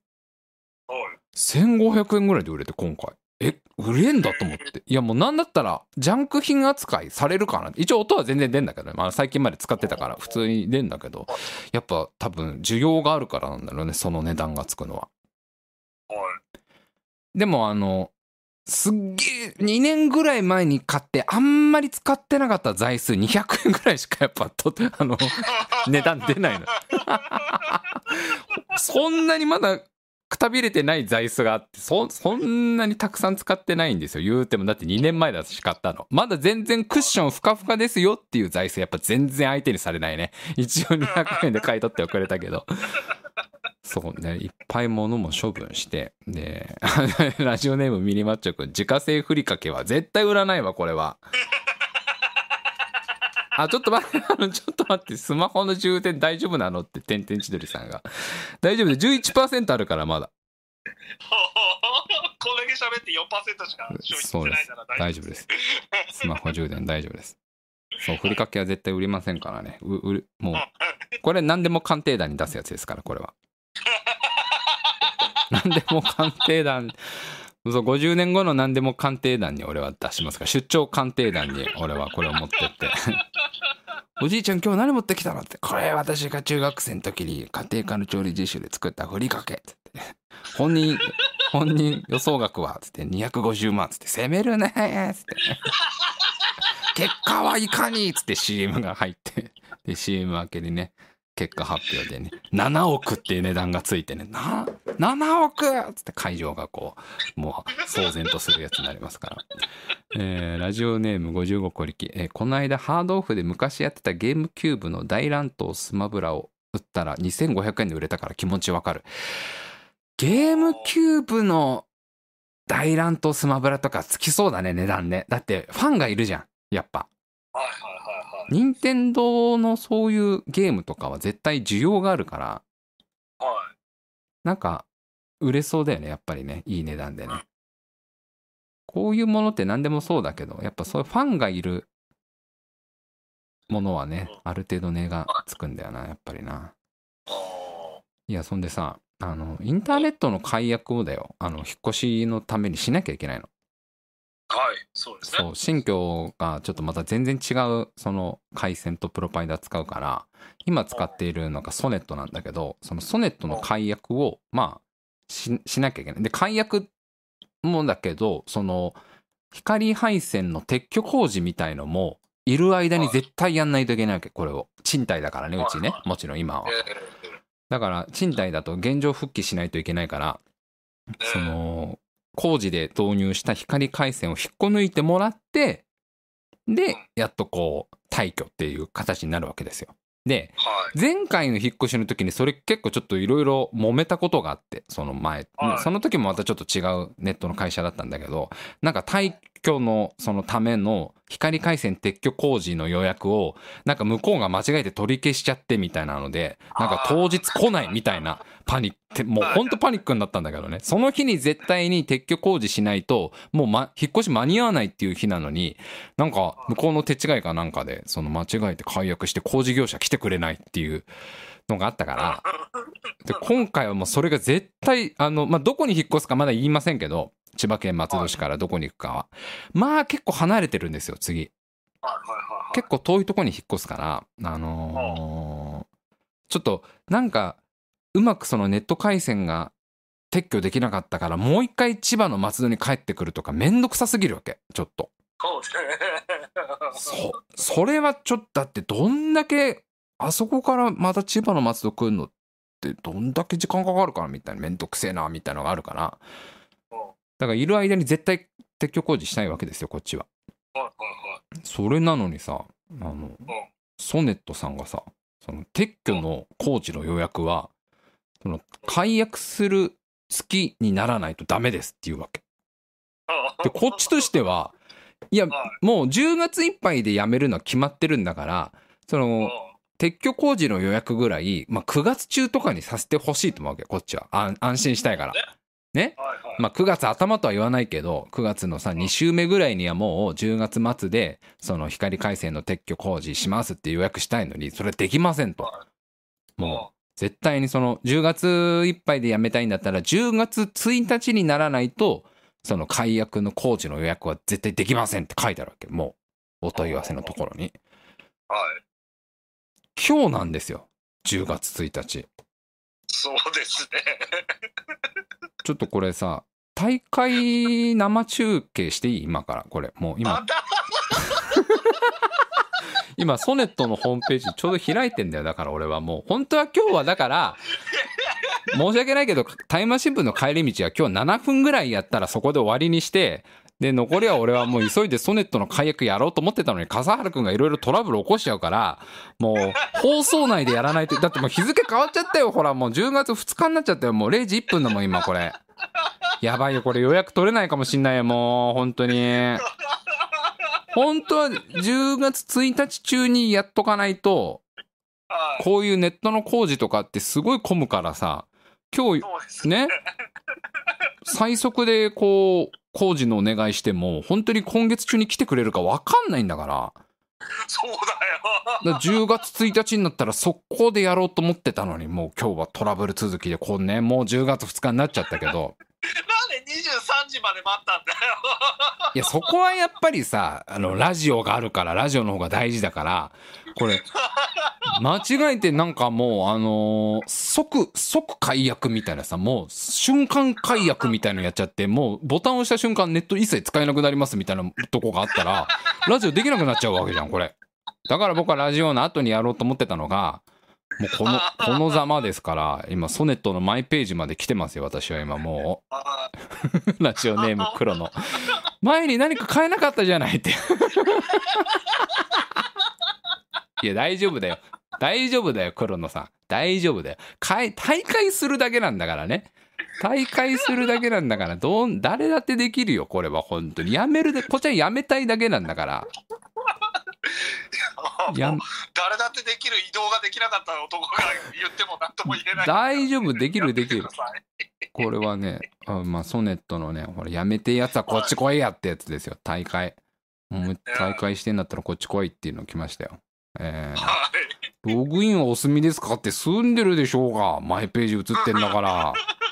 1500円ぐらいで売れて、今回売れんだと思って、いやもうなんだったらジャンク品扱いされるかな。一応音は全然出んだけどね、まあ、最近まで使ってたから普通に出んだけど、やっぱ多分需要があるからなんだろうね、その値段がつくのは。でもすっげえ2年ぐらい前に買ってあんまり使ってなかった座椅子200円ぐらいしかやっぱ値段出ないの。そんなにまだくたびれてない座椅子があって、そんなにたくさん使ってないんですよ。言うてもだって2年前だし買ったの。まだ全然クッションふかふかですよっていう座椅子やっぱ全然相手にされないね。一応200円で買い取ってはくれたけど。そうね、いっぱい物も処分して、で、ラジオネームミニマッチョくん、自家製ふりかけは絶対売らないわ、これは。ちょっと待って、ちょっと待って、スマホの充電大丈夫なのって、てんてん千鳥さんが。大丈夫で、11% あるから、まだ。 こんだけ喋って 4% しか消費してないなら大丈夫です。スマホ充電大丈夫です。そう、ふりかけは絶対売りませんからね。もう、これ何でも鑑定団に出すやつですから、これは。何でも鑑定団、そう、50年後の何でも鑑定団に俺は出しますから、出張鑑定団に俺はこれを持ってっておじいちゃん今日何持ってきたのって、これ私が中学生の時に家庭科の調理実習で作ったふりかけって本人予想額はつって250万つって攻めるねつって結果はいかにつって CM が入って、で CM 明けにね、結果発表でね、7億っていう値段がついてね、7億っつって会場がこうもう騒然とするやつになりますから。ラジオネーム55小力、この間ハードオフで昔やってたゲームキューブの大乱闘スマブラを売ったら2500円で売れたから気持ちわかる。ゲームキューブの大乱闘スマブラとかつきそうだね、値段ね。だってファンがいるじゃん、やっぱ。 はいはいはいはい。 任天堂のそういうゲームとかは絶対需要があるから、 はい。 なんか売れそうだよね、やっぱりね、いい値段でね。こういうものって何でもそうだけど、やっぱそういうファンがいるものはね、ある程度値がつくんだよな、やっぱりな。いや、そんでさ、インターネットの解約をだよ、引っ越しのためにしなきゃいけないの。 はい、そうですね。 そう、新居がちょっとまた全然違う、その回線とプロパイダー使うから、今使っているのがソネットなんだけど、そのソネットの解約を、まあ、しなきゃいけない。で、解約もだけど、その、光配線の撤去工事みたいのも、いる間に絶対やんないといけないわけ、これを。賃貸だからね、うちね。もちろん今は。だから、賃貸だと現状復帰しないといけないから、その、工事で導入した光回線を引っこ抜いてもらって、で、やっとこう、退去っていう形になるわけですよ。で、前回の引っ越しの時にそれ結構ちょっといろいろ揉めたことがあって、その前、その時もまたちょっと違うネットの会社だったんだけど、なんか退去のそのための光回線撤去工事の予約をなんか向こうが間違えて取り消しちゃってみたいなので、なんか当日来ないみたいなパニック、もうほんとパニックになったんだけどね、その日に絶対に撤去工事しないともう、引っ越し間に合わないっていう日なのに、なんか向こうの手違いかなんかでその間違えて解約して工事業者来てくれないっていうのがあったから、で今回はもうそれが絶対どこに引っ越すかまだ言いませんけど、千葉県松戸市からどこに行くかは、まあ結構離れてるんですよ、次。結構遠いとこに引っ越すから、ちょっとなんかうまくそのネット回線が撤去できなかったから、もう一回千葉の松戸に帰ってくるとかめんどくさすぎるわけ、ちょっと。それはちょっと、だってどんだけあそこからまた千葉の松戸来るのってどんだけ時間かかるかなみたいな、めんどくせえなみたいなのがあるから、だからいる間に絶対撤去工事したいわけですよ、こっちは。それなのにさ、ソネットさんがさ、その撤去の工事の予約はその解約する月にならないとダメですっていうわけで、こっちとしてはいやもう10月いっぱいで辞めるのは決まってるんだから、その撤去工事の予約ぐらい、まあ、9月中とかにさせてほしいと思うわけ、こっちは。安心したいからね。まあ、9月頭とは言わないけど、9月のさ2週目ぐらいにはもう10月末でその光回線の撤去工事しますって予約したいのに、それできませんと。もう絶対にその10月いっぱいで辞めたいんだったら10月1日にならないと、その解約の工事の予約は絶対できませんって書いてあるわけ。もうお問い合わせのところに。今日なんですよ、10月1日。 そうですね。 ちょっとこれさ、 大会生中継していい？今からこれもう今ソネットのホームページちょうど開いてんだよ。だから俺はもう本当は今日はだから申し訳ないけどタイムマシン部の帰り道は今日7分ぐらいやったらそこで終わりにして、で残りは俺はもう急いでソネットの解約やろうと思ってたのに笠原くんがいろいろトラブル起こしちゃうから、もう放送内でやらないと。だってもう日付変わっちゃったよ。ほらもう10月2日になっちゃったよ。もう0時1分だもん今これ。やばいよこれ、予約取れないかもしんないよもう本当に。本当は10月1日中にやっとかないと、こういうネットの工事とかってすごい混むからさ、今日ね最速でこう工事のお願いしても本当に今月中に来てくれるか分かんないんだから。 そうだよ。 だから10月1日になったら速攻でやろうと思ってたのに、もう今日はトラブル続きでこうね、もう10月2日になっちゃったけどなんで23時まで待ったんだよ。 いやそこはやっぱりさ、ラジオがあるからラジオの方が大事だから、これ間違えてなんかもう即解約みたいなさ、もう瞬間解約みたいなのやっちゃって、もうボタンを押した瞬間ネット一切使えなくなりますみたいなとこがあったらラジオできなくなっちゃうわけじゃんこれ。だから僕はラジオの後にやろうと思ってたのが、もうこのざまですから、今ソネットのマイページまで来てますよ私は今もうラジオネーム黒の前に何か変えなかったじゃないっていや大丈夫だよ黒野さん、大丈夫だよ。大会するだけなんだからね。大会するだけなんだから誰だってできるよこれは。本当にやめるで、こっちはやめたいだけなんだから。 誰だってできる移動ができなかった男が言っても何とも言えない。 大丈夫、できるこれはね、まあソネットのね、ほらやめてやつはこっち来いやってやつですよ。大会してんだったらこっち来いっていうの来ましたよ。ログインはお済みですかって、済んでるでしょうが、マイページ映ってんだから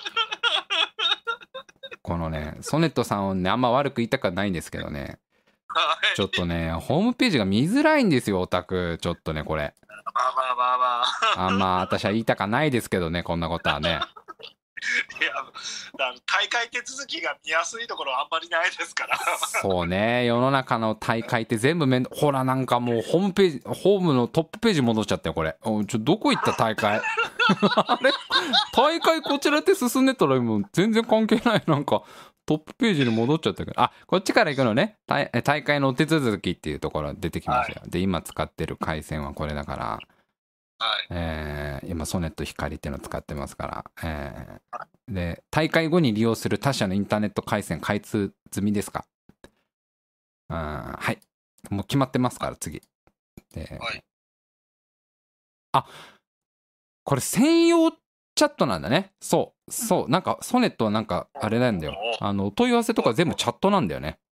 このねソネットさんをねあんま悪く言いたくはないんですけどね、ちょっとねホームページが見づらいんですよオタク。ちょっとねこれまあ私は言いたかないですけどね、こんなことはね。 いや大会手続きが見やすいところはあんまりないですからそうね、世の中の大会って全部ほらなんかもうホームのトップページ戻っちゃったよこれ。どこ行った大会あれ大会こちらって進んでたらもう全然関係ない、なんかトップページに戻っちゃったけど、こっちから行くのね。大会のお手続きっていうところ出てきますよ、で今使ってる回線はこれだから、今ソネット光っていうのを使ってますから、で大会後に利用する他社のインターネット回線開通済みですか？はい、もう決まってますから次で、これ専用チャットなんだね。そうなんかソネットはなんかあれなんだよ、問い合わせとか全部チャットなんだよね。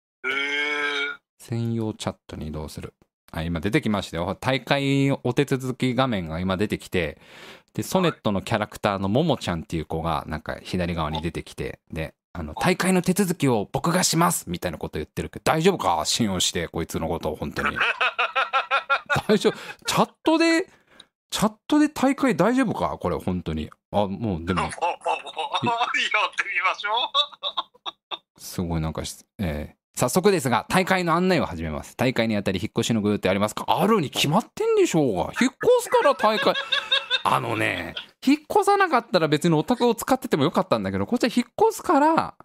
専用チャットに移動する。今出てきましたよ。大会お手続き画面が今出てきて、でソネットのキャラクターのももちゃんっていう子がなんか左側に出てきて、で大会の手続きを僕がしますみたいなこと言ってるけど、大丈夫か信用してこいつのことを本当に大丈夫？チャットで大会大丈夫かこれ本当に。もうでもやってみましょう。すごいなんか早速ですが大会の案内を始めます。大会にあたり引っ越しのご予定ありますか？あるに決まってんでしょうが。引っ越すから大会引っ越さなかったら別にオタクを使っててもよかったんだけど、こっちは引っ越すから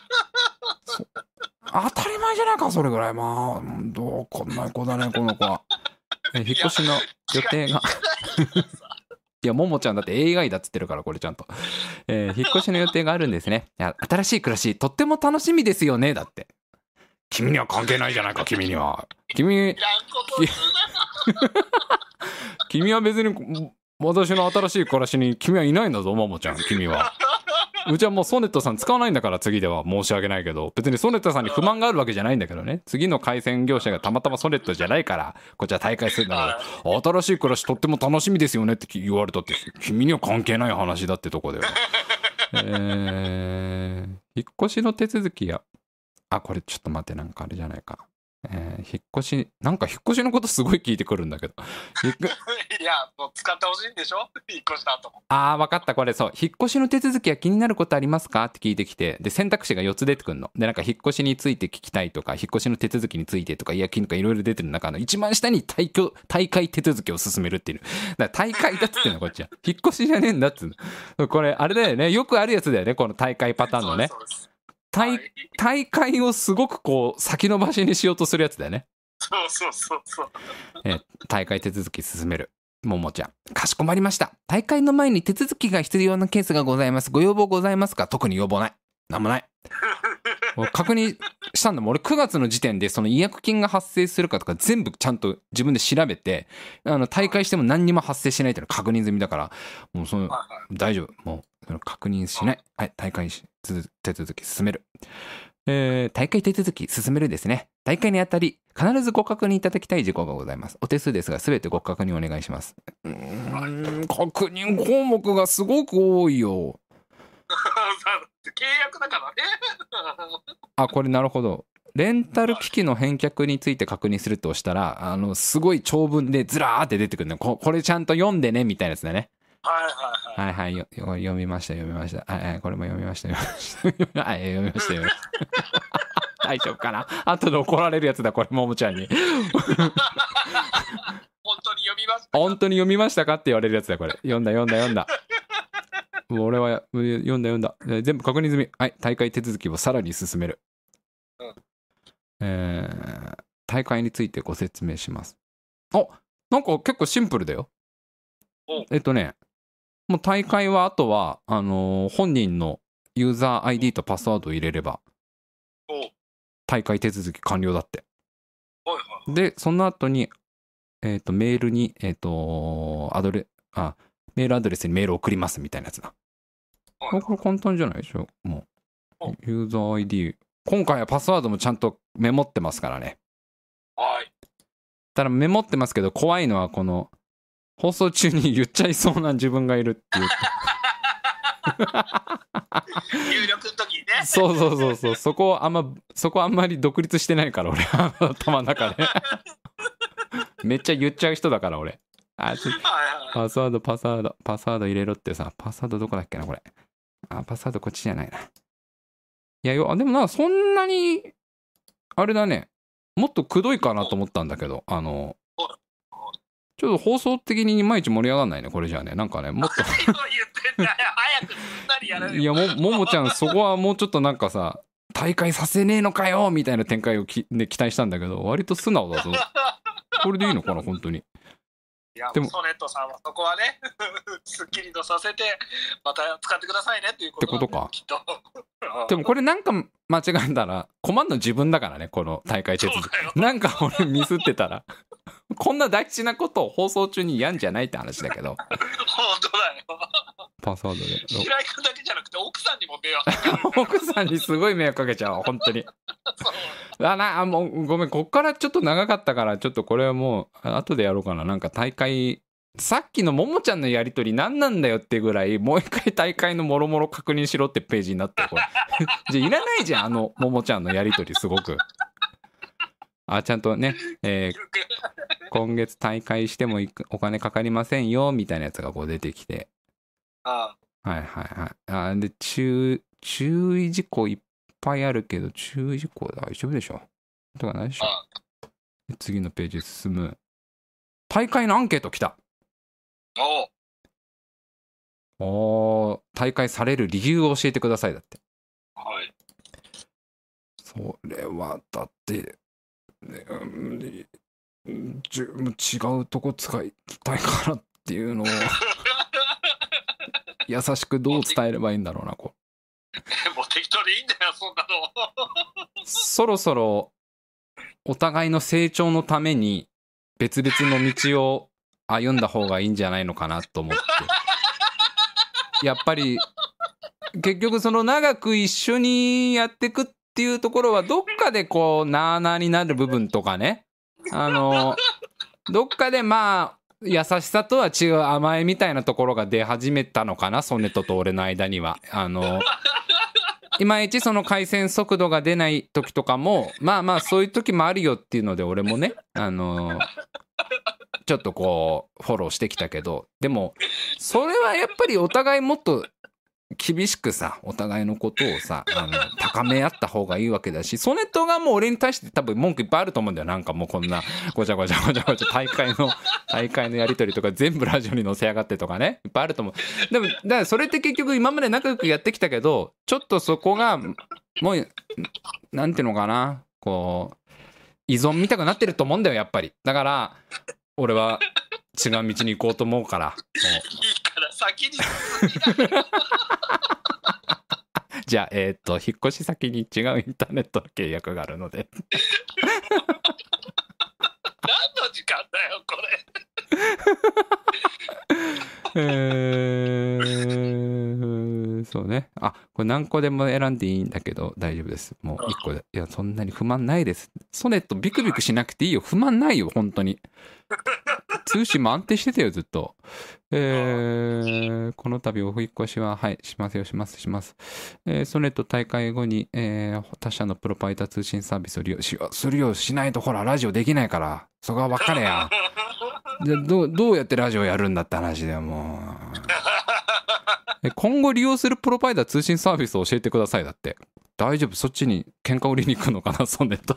当たり前じゃないかそれぐらい。まあどうこんな子だねこの子は。引っ越しの予定がいやももちゃんだって AI だっつってるからこれちゃんと、引っ越しの予定があるんですね。いや新しい暮らしとっても楽しみですよね。だって君には関係ないじゃないか。君は別に私の新しい暮らしに君はいないんだぞももちゃん。君はうちはもうソネットさん使わないんだから次では。申し訳ないけど別にソネットさんに不満があるわけじゃないんだけどね。次の回線業者がたまたまソネットじゃないからこっちは大会するんだけど、新しい暮らしとっても楽しみですよねって言われたって君には関係ない話だってとこで引っ越しの手続きやこれちょっと待って、なんかあれじゃないか。 引っ越し、なんか引っ越しのことすごい聞いてくるんだけど。 いや、もう使ってほしいんでしょ引っ越した後も。 ああ、分かった、これそう。引っ越しの手続きは気になることありますかって聞いてきて、で、選択肢が4つ出てくるの。で、なんか引っ越しについて聞きたいとか、引っ越しの手続きについてとか、いや、とかいろいろ出てる中の一番下に大会手続きを進めるっていう。だから大会だっつってんの、こっちは。引っ越しじゃねえんだっつうの。これ、あれだよね。よくあるやつだよね。この大会パターンのね。 そうです。 大会をすごくこう、先延ばしにしようとするやつだよね。 そう。 大会手続き進める。ももちゃん。かしこまりました。大会の前に手続きが必要なケースがございます。ご要望ございますか？特に要望ない。なんもない。確認したんだもん。俺9月の時点でその違約金が発生するかとか全部ちゃんと自分で調べて、大会しても何にも発生しないっていうの確認済みだから、もうその、大丈夫。もうその確認しない。はい、大会手続き進める。大会手続き進めるですね。大会にあたり必ずご確認いただきたい事項がございます。お手数ですが全てご確認お願いします。確認項目がすごく多いよ。 契約だからね。 あ、これなるほど。レンタル機器の返却について確認すると押したら、すごい長文でずらーって出てくるの。これちゃんと読んでねみたいなやつだね。はい読みました。はい、これも読みました。はい、読みました。大丈夫かな。後で怒られるやつだ、これ、ももちゃんに。 本当に読みました。 本当に読みましたかって言われるやつだ、これ。読んだ。もう俺は読んだ。全部確認済み。はい、大会手続きをさらに進める。大会についてご説明します。あ、なんか結構シンプルだよ。もう大会はあとは本人のユーザー ID とパスワードを入れれば大会手続き完了だって。でその後にメールにメールアドレスにメールを送りますみたいなやつだ。これ簡単じゃないでしょ。もうユーザー ID 今回はパスワードもちゃんとメモってますからね。ただメモってますけど怖いのはこの放送中に言っちゃいそうな自分がいるっていう入力の時にね。 そうそこあんまり独立してないから俺頭の中でめっちゃ言っちゃう人だから俺。パスワード入れろってさ。パスワードどこだっけなこれ。パスワードこっちじゃないな。でもそんなにあれだね。もっとくどいかなと思ったんだけどちょっと放送的にいまいち盛り上がらないねこれじゃあね。なんかねもっと早くやれよ。 いやももちゃんそこはもうちょっとなんかさ大会させねえのかよみたいな展開を期待したんだけど割と素直だぞ。これでいいのかな本当に。 いやでもソネットさんはそこはねすっきりとさせてまた使ってくださいねっていうことかきっと。 でもこれなんか間違えたら困るの自分だからねこの大会手続き。なんか俺ミスってたらこんな大事なことを放送中にやんじゃないって話だけど。 本当だよ。 パスワードで平井君だけじゃなくて奥さんにも迷惑かける。 奥さんにすごい迷惑かけちゃう本当に。もうごめんこっからちょっと長かったからちょっとこれはもう後でやろうかな。なんか大会さっきのももちゃんのやりとり何なんだよってぐらいもう一回大会のもろもろ確認しろってページになってこれじゃあいらないじゃんももちゃんのやりとりすごくちゃんとね、今月大会してもお金かかりませんよみたいなやつがこう出てきてで注意事項いっぱいあるけど注意事項大丈夫でしょとかないでしょ。次のページ進む。大会のアンケート来た。大会される理由を教えてくださいだって。それはだって違うとこ使いたいからっていうのを優しくどう伝えればいいんだろうなもう適当でいいんだよそんなの。 そろそろお互いの成長のために別々の道を歩んだ方がいいんじゃないのかなと思ってやっぱり結局その長く一緒にやっていくっていうところはどっかでこうなあなあになる部分とかねどっかで優しさとは違う甘えみたいなところが出始めたのかなソネットと俺の間には。 いまいちその回線速度が出ない時とかも、まあまあそういう時もあるよっていうので、俺もね、ちょっとこう、フォローしてきたけど、でも、それはやっぱりお互いもっと厳しくさ、お互いのことをさ、高め合った方がいいわけだし、ソネットがもう俺に対して多分文句いっぱいあると思うんだよ。なんかもうこんなごちゃごちゃごちゃごちゃ大会のやり取りとか全部ラジオに載せやがってとかね、いっぱいあると思う。でもだからそれって結局今まで仲良くやってきたけど、ちょっとそこがもうなんていうのかな、こう依存みたくなってると思うんだよ、やっぱり。だから俺は違う道に行こうと思うから。もういいから先に進みな。 じゃあ、引っ越し先に違うインターネットの契約があるので。 何の時間だよ、これ。そうね。あ、これ何個でも選んでいいんだけど大丈夫です。もう1個で。いや、そんなに不満ないです。ソネットビクビクしなくていいよ。不満ないよ、本当に。通信も安定してたよ、ずっと。この度お引っ越しは、はい、しますよ、します。ソネット大会後に、他社のプロパイタ通信サービスを利用するようしないと、ほら、ラジオできないから。そこは分かれや。じゃあどうやってラジオやるんだって話だよ、もう。今後利用するプロパイタ通信サービスを教えてください、だって。大丈夫、そっちに喧嘩売りに行くのかな、ソネット。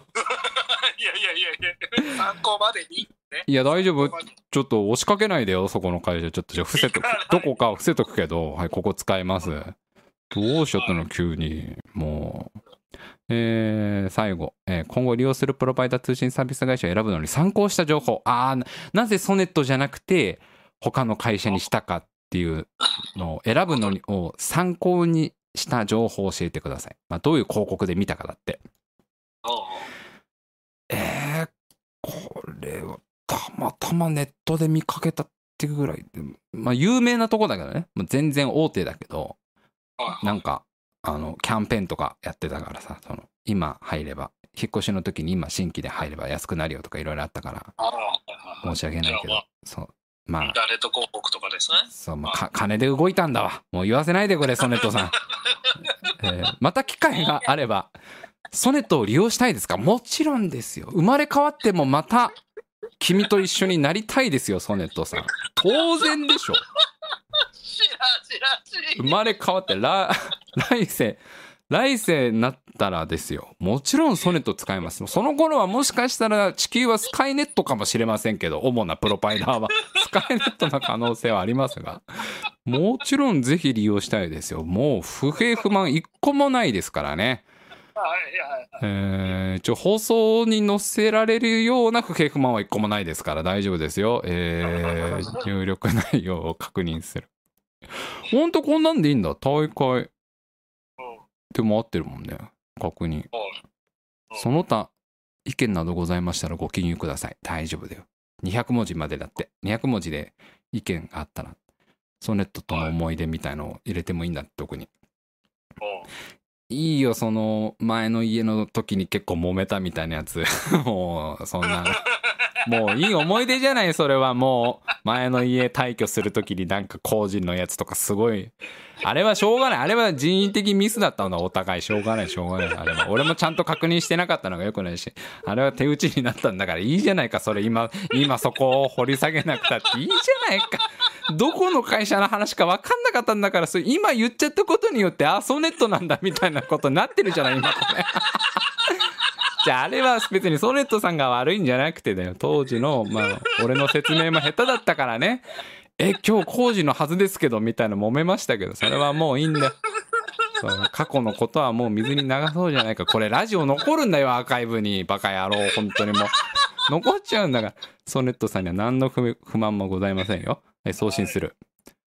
いや、参考までに。 いや、大丈夫。ちょっと押しかけないでよ、そこの会社。ちょっとじゃあ伏せとく。どこか伏せとくけど、はい、ここ使えます。どうしよったの、急に。もう。最後、今後利用するプロバイダ通信サービス会社を選ぶのに参考した情報。なぜソネットじゃなくて、他の会社にしたかっていうのを選ぶのを参考にした情報を教えてください。まあ、どういう広告で見たかだって。これはたまたまネットで見かけたっていうぐらいで、まあ有名なとこだけどね、全然大手だけど、なんかキャンペーンとかやってたからさ、今入れば、引っ越しの時に今新規で入れば安くなるよとかいろいろあったから、申し訳ないけど、そう、まあインターネット広告とかですね。 そう、まあ、金で動いたんだわ。もう言わせないでくれ、ソネットさん。また機会があれば。ソネットを利用したいですか？もちろんですよ。生まれ変わってもまた君と一緒になりたいですよ、ソネットさん。当然でしょ。生まれ変わって来世になったらですよ。もちろんソネット使います。その頃はもしかしたら地球はスカイネットかもしれませんけど、主なプロパイダーはスカイネットの可能性はありますが、もちろんぜひ利用したいですよ。もう不平不満一個もないですからね。放送に載せられるような不平不満は一個もないですから大丈夫ですよ。入力内容を確認する。ほんとこんなんでいいんだ。大会でも合ってるもんね。確認。その他意見などございましたらご記入ください。大丈夫だよ。200文字までだって。200文字で意見があったらソネットとの思い出みたいのを入れてもいいんだって。特にいいよ、その前の家の時に結構揉めたみたいなやつ。もうそんなもういい思い出じゃない。それはもう前の家退去する時になんか工事のやつとかすごい、あれはしょうがない。あれは人為的ミスだったの。お互いしょうがない。あれは俺もちゃんと確認してなかったのがよくないし、あれは手打ちになったんだからいいじゃないか。それ今そこを掘り下げなくたっていいじゃないか。どこの会社の話か分かんなかったんだから、それ今言っちゃったことによってソネットなんだみたいなことになってるじゃない今これ。じゃああれは別にソネットさんが悪いんじゃなくてだよ。当時の俺の説明も下手だったからね。今日工事のはずですけどみたいな揉めましたけど、それはもういいんだよ。過去のことはもう水に流そうじゃないか。これラジオ残るんだよ、アーカイブに。バカ野郎、本当にもう残っちゃうんだから。ソネットさんには何の不満もございませんよ。送信する。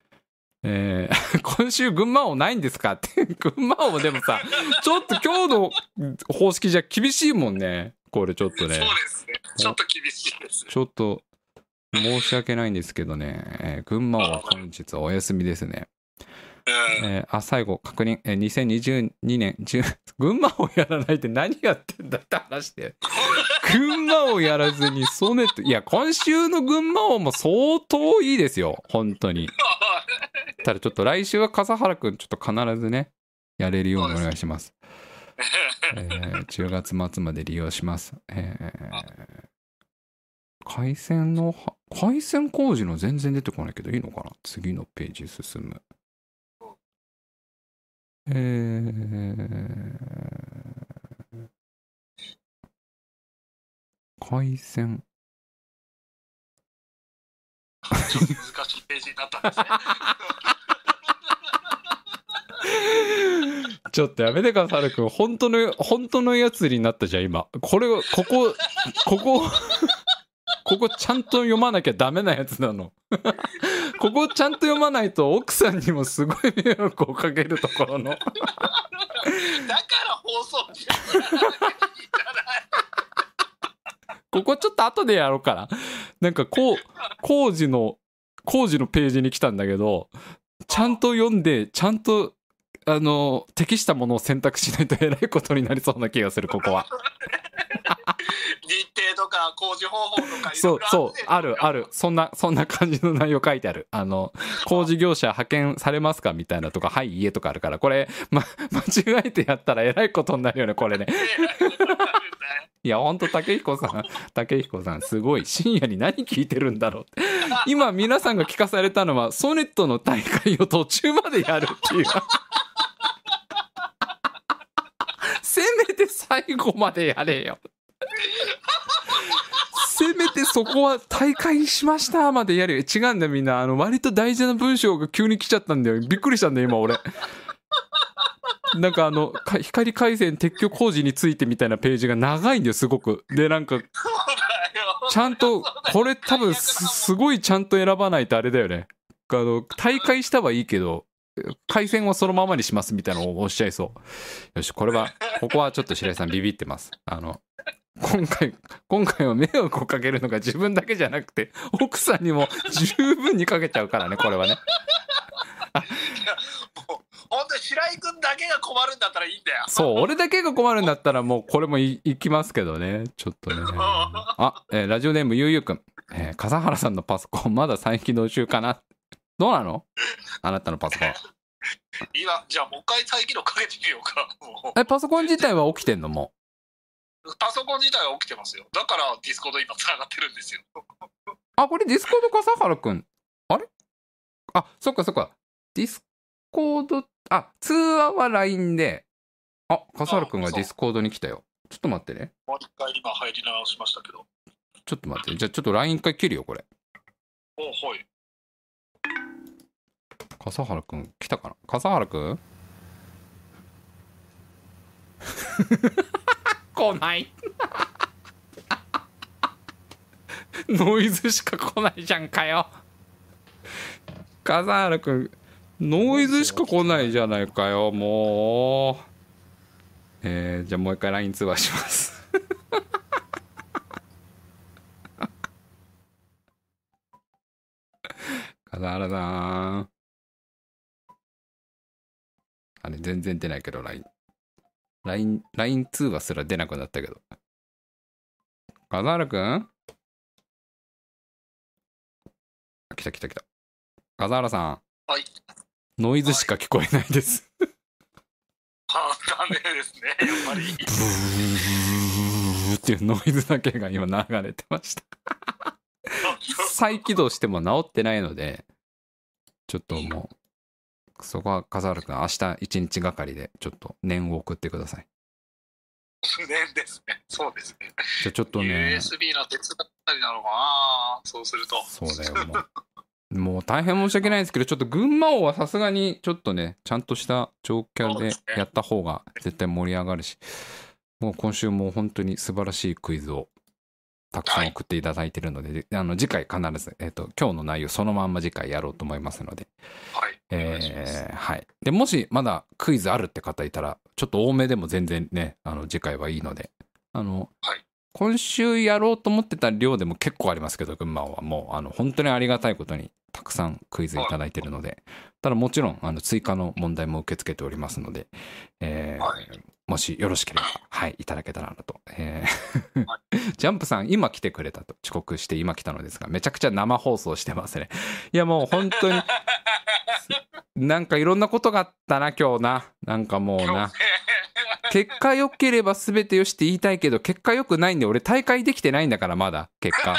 今週群馬王ないんですかって。群馬王でもさ、ちょっと今日の方式じゃ厳しいもんね。これちょっとね。 そうですね。ちょっと厳しいです。 ちょっと申し訳ないんですけどね。群馬王は本日お休みですね。最後確認。2022年群馬をやらないって何やってんだって話で。群馬をやらずにソネット。いや、今週の群馬王も相当いいですよ。本当に。ただちょっと来週は笠原くんちょっと必ずね、 やれるようにお願いします。10月末まで利用します。回線工事の全然出てこないけどいいのかな。次のページ進む。回線ちょっと難しいページになったんですね。 ちょっとやめてか、サル君。本当のやつになったじゃん、今。ここちゃんと読まなきゃダメなやつなの。ここちゃんと読まないと奥さんにもすごい迷惑をかけるところの。だから放送中にやらなきゃいいじゃない。 ここちょっと後でやろうかな。なんか工事のページに来たんだけど、ちゃんと読んで、ちゃんと適したものを選択しないとえらいことになりそうな気がする、ここは。 日程とか工事方法とかそうあるそんな感じの内容書いてある。工事業者派遣されますかみたいなとか、はい家とかあるから、これ、間違えてやったらえらいことになるよね、これね。いやほんと武彦さんすごい。深夜に何聞いてるんだろうって。今皆さんが聞かされたのはソネットの大会を途中までやるっていう。せめて最後までやれよ。せめてそこは大会しましたまでやるよ。違うんだよみんな。割と大事な文章が急に来ちゃったんだよ。びっくりしたんだよ今俺。なんか光回線撤去工事についてみたいなページが長いんだよすごく。でなんかちゃんとこれ多分すごいちゃんと選ばないとあれだよね。大会したはいいけど回線はそのままにしますみたいなのをおっしゃいそう。よし、ここはちょっと白井さんビビってます。今回は迷惑をかけるのが自分だけじゃなくて奥さんにも十分にかけちゃうからね、これはね。 もう本当に白井君だけが困るんだったらいいんだよ。 そう、俺だけが困るんだったらもうこれもいきますけどね、ちょっとね。ラジオネームゆうゆうくん、笠原さんのパソコンまだ再起動中かな。どうなの？あなたのパソコン。 今じゃあもう一回再起動かけてみようか。 パソコン自体は起きてんの？もうパソコン自体は起きてますよ。だからディスコード今つながってるんですよ。 これディスコード笠原くん、あれ？そっかディスコード、通話は LINE で、笠原くんがディスコードに来たよ。ちょっと待ってね。 もう一回今入り直しましたけど。 ちょっと待って、じゃあちょっと LINE 一回切るよこれ。 はい。 笠原くん来たかな。笠原くん来ないノイズしか来ないじゃんかよ。笠原くんノイズしか来ないじゃないかよもう。じゃあもう一回 LINE 通話します笠原さん、あれ全然出ないけど LINE 通話すら出なくなったけど。笠原くん来た。笠原さん。 はい。 ノイズしか聞こえないです。 ダメですね。やっぱり。 ブーっていうノイズだけが今流れてました。再起動しても治ってないので、ちょっともうそこは笠原くん明日一日がかりでちょっと念を送ってください。 念ですね。そうですね。 じゃあちょっとね。 USB の手伝ったりなのかな。そうすると。 そうだよもう大変申し訳ないですけど、ちょっと群馬王はさすがにちょっとね、ちゃんとした状況でやった方が絶対盛り上がるし、もう今週も本当に素晴らしいクイズをたくさん送っていただいてるので、次回必ず、今日の内容そのまんま次回やろうと思いますので、はい。でもしまだクイズあるって方いたら、ちょっと多めでも全然ね、次回はいいので、 今週やろうと思ってた量でも結構ありますけど、群馬はもう本当にありがたいことにたくさんクイズいただいているので、ただもちろん追加の問題も受け付けておりますので、もしよろしければ、はい、いただけたらなと。ジャンプさん、今来てくれたと。遅刻して今来たのですが、めちゃくちゃ生放送してますね。いや、もう本当に、なんかいろんなことがあったな、今日な。なんかもうな。結果良ければ全てよしって言いたいけど、結果良くないんで、俺大会できてないんだから、まだ、結果。 こ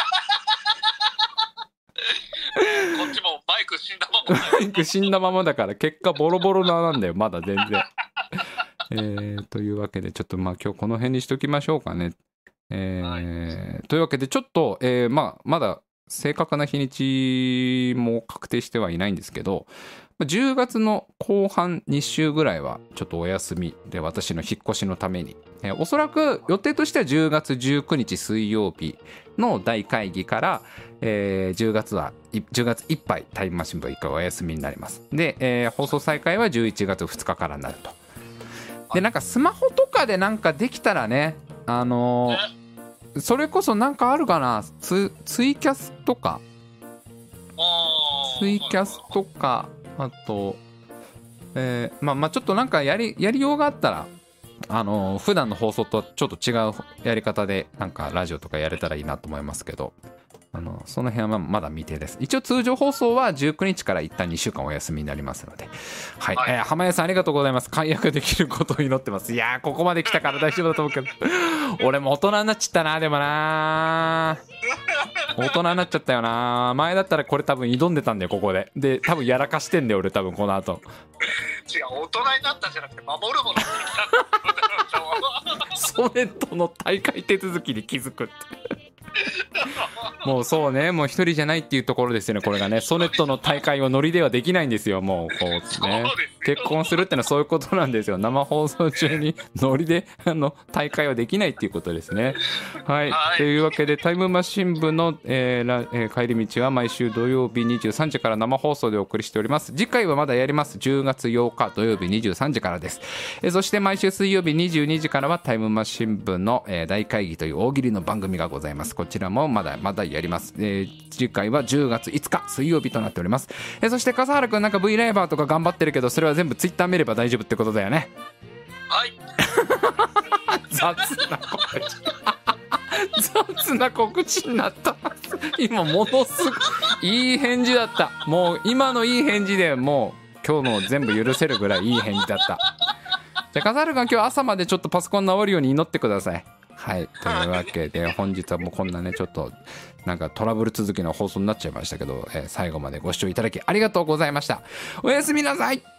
っちもバイク死んだまま。 バイク死んだままだから、結果ボロボロなんだよ、まだ全然。というわけで、ちょっとまあ今日この辺にしときましょうかね。というわけで、ちょっと、まだ正確な日にちも確定してはいないんですけど、10月の後半2週ぐらいはちょっとお休みで、私の引っ越しのために、おそらく予定としては10月19日水曜日の大会議から、10月いっぱいタイムマシン部1回お休みになります。で、放送再開は11月2日からになると。で、なんかスマホとかでなんかできたらね、それこそなんかあるかな、ツイキャスとか、あと、まあちょっとなんかやりようがあったら、普段の放送とちょっと違うやり方でなんかラジオとかやれたらいいなと思いますけど、その辺はまだ未定です。一応通常放送は19日から一旦2週間お休みになりますので、はい、浜谷さんありがとうございます。解約できることを祈ってます。いやー、ここまで来たから大丈夫だと思うけど俺も大人になっちゃったな。でもな、大人になっちゃったよな。前だったらこれ多分挑んでたんだよ、ここで。で、多分やらかしてんだよ俺、多分この後。 違う、大人になったんじゃなくて守るものソネットの大会手続きに気づくってもうそうね、もう一人じゃないっていうところですよね、これがね。ソネットの大会をノリではできないんですよ、もうこうね。結婚するってのはそういうことなんですよ。生放送中にノリで大会はできないっていうことですね。はい、というわけでタイムマシン部の、帰り道は毎週土曜日23時から生放送でお送りしております。次回はまだやります。10月8日土曜日23時からです。そして毎週水曜日22時からはタイムマシン部の、大会議という大喜利の番組がございます。こちらもまだやります。次回は10月5日水曜日となっております。そして笠原くん、なんか V ライバーとか頑張ってるけど、それは全部ツイッター見れば大丈夫ってことだよね。 はい雑な告知になった今ものすごいいい返事だった。もう今のいい返事でもう今日の全部許せるぐらいいい返事だった。じゃあ笠原くん、今日朝までちょっとパソコン直るように祈ってください。はい、というわけで本日はもうこんなね、ちょっとなんかトラブル続きの放送になっちゃいましたけど、最後までご視聴いただきありがとうございました。おやすみなさい。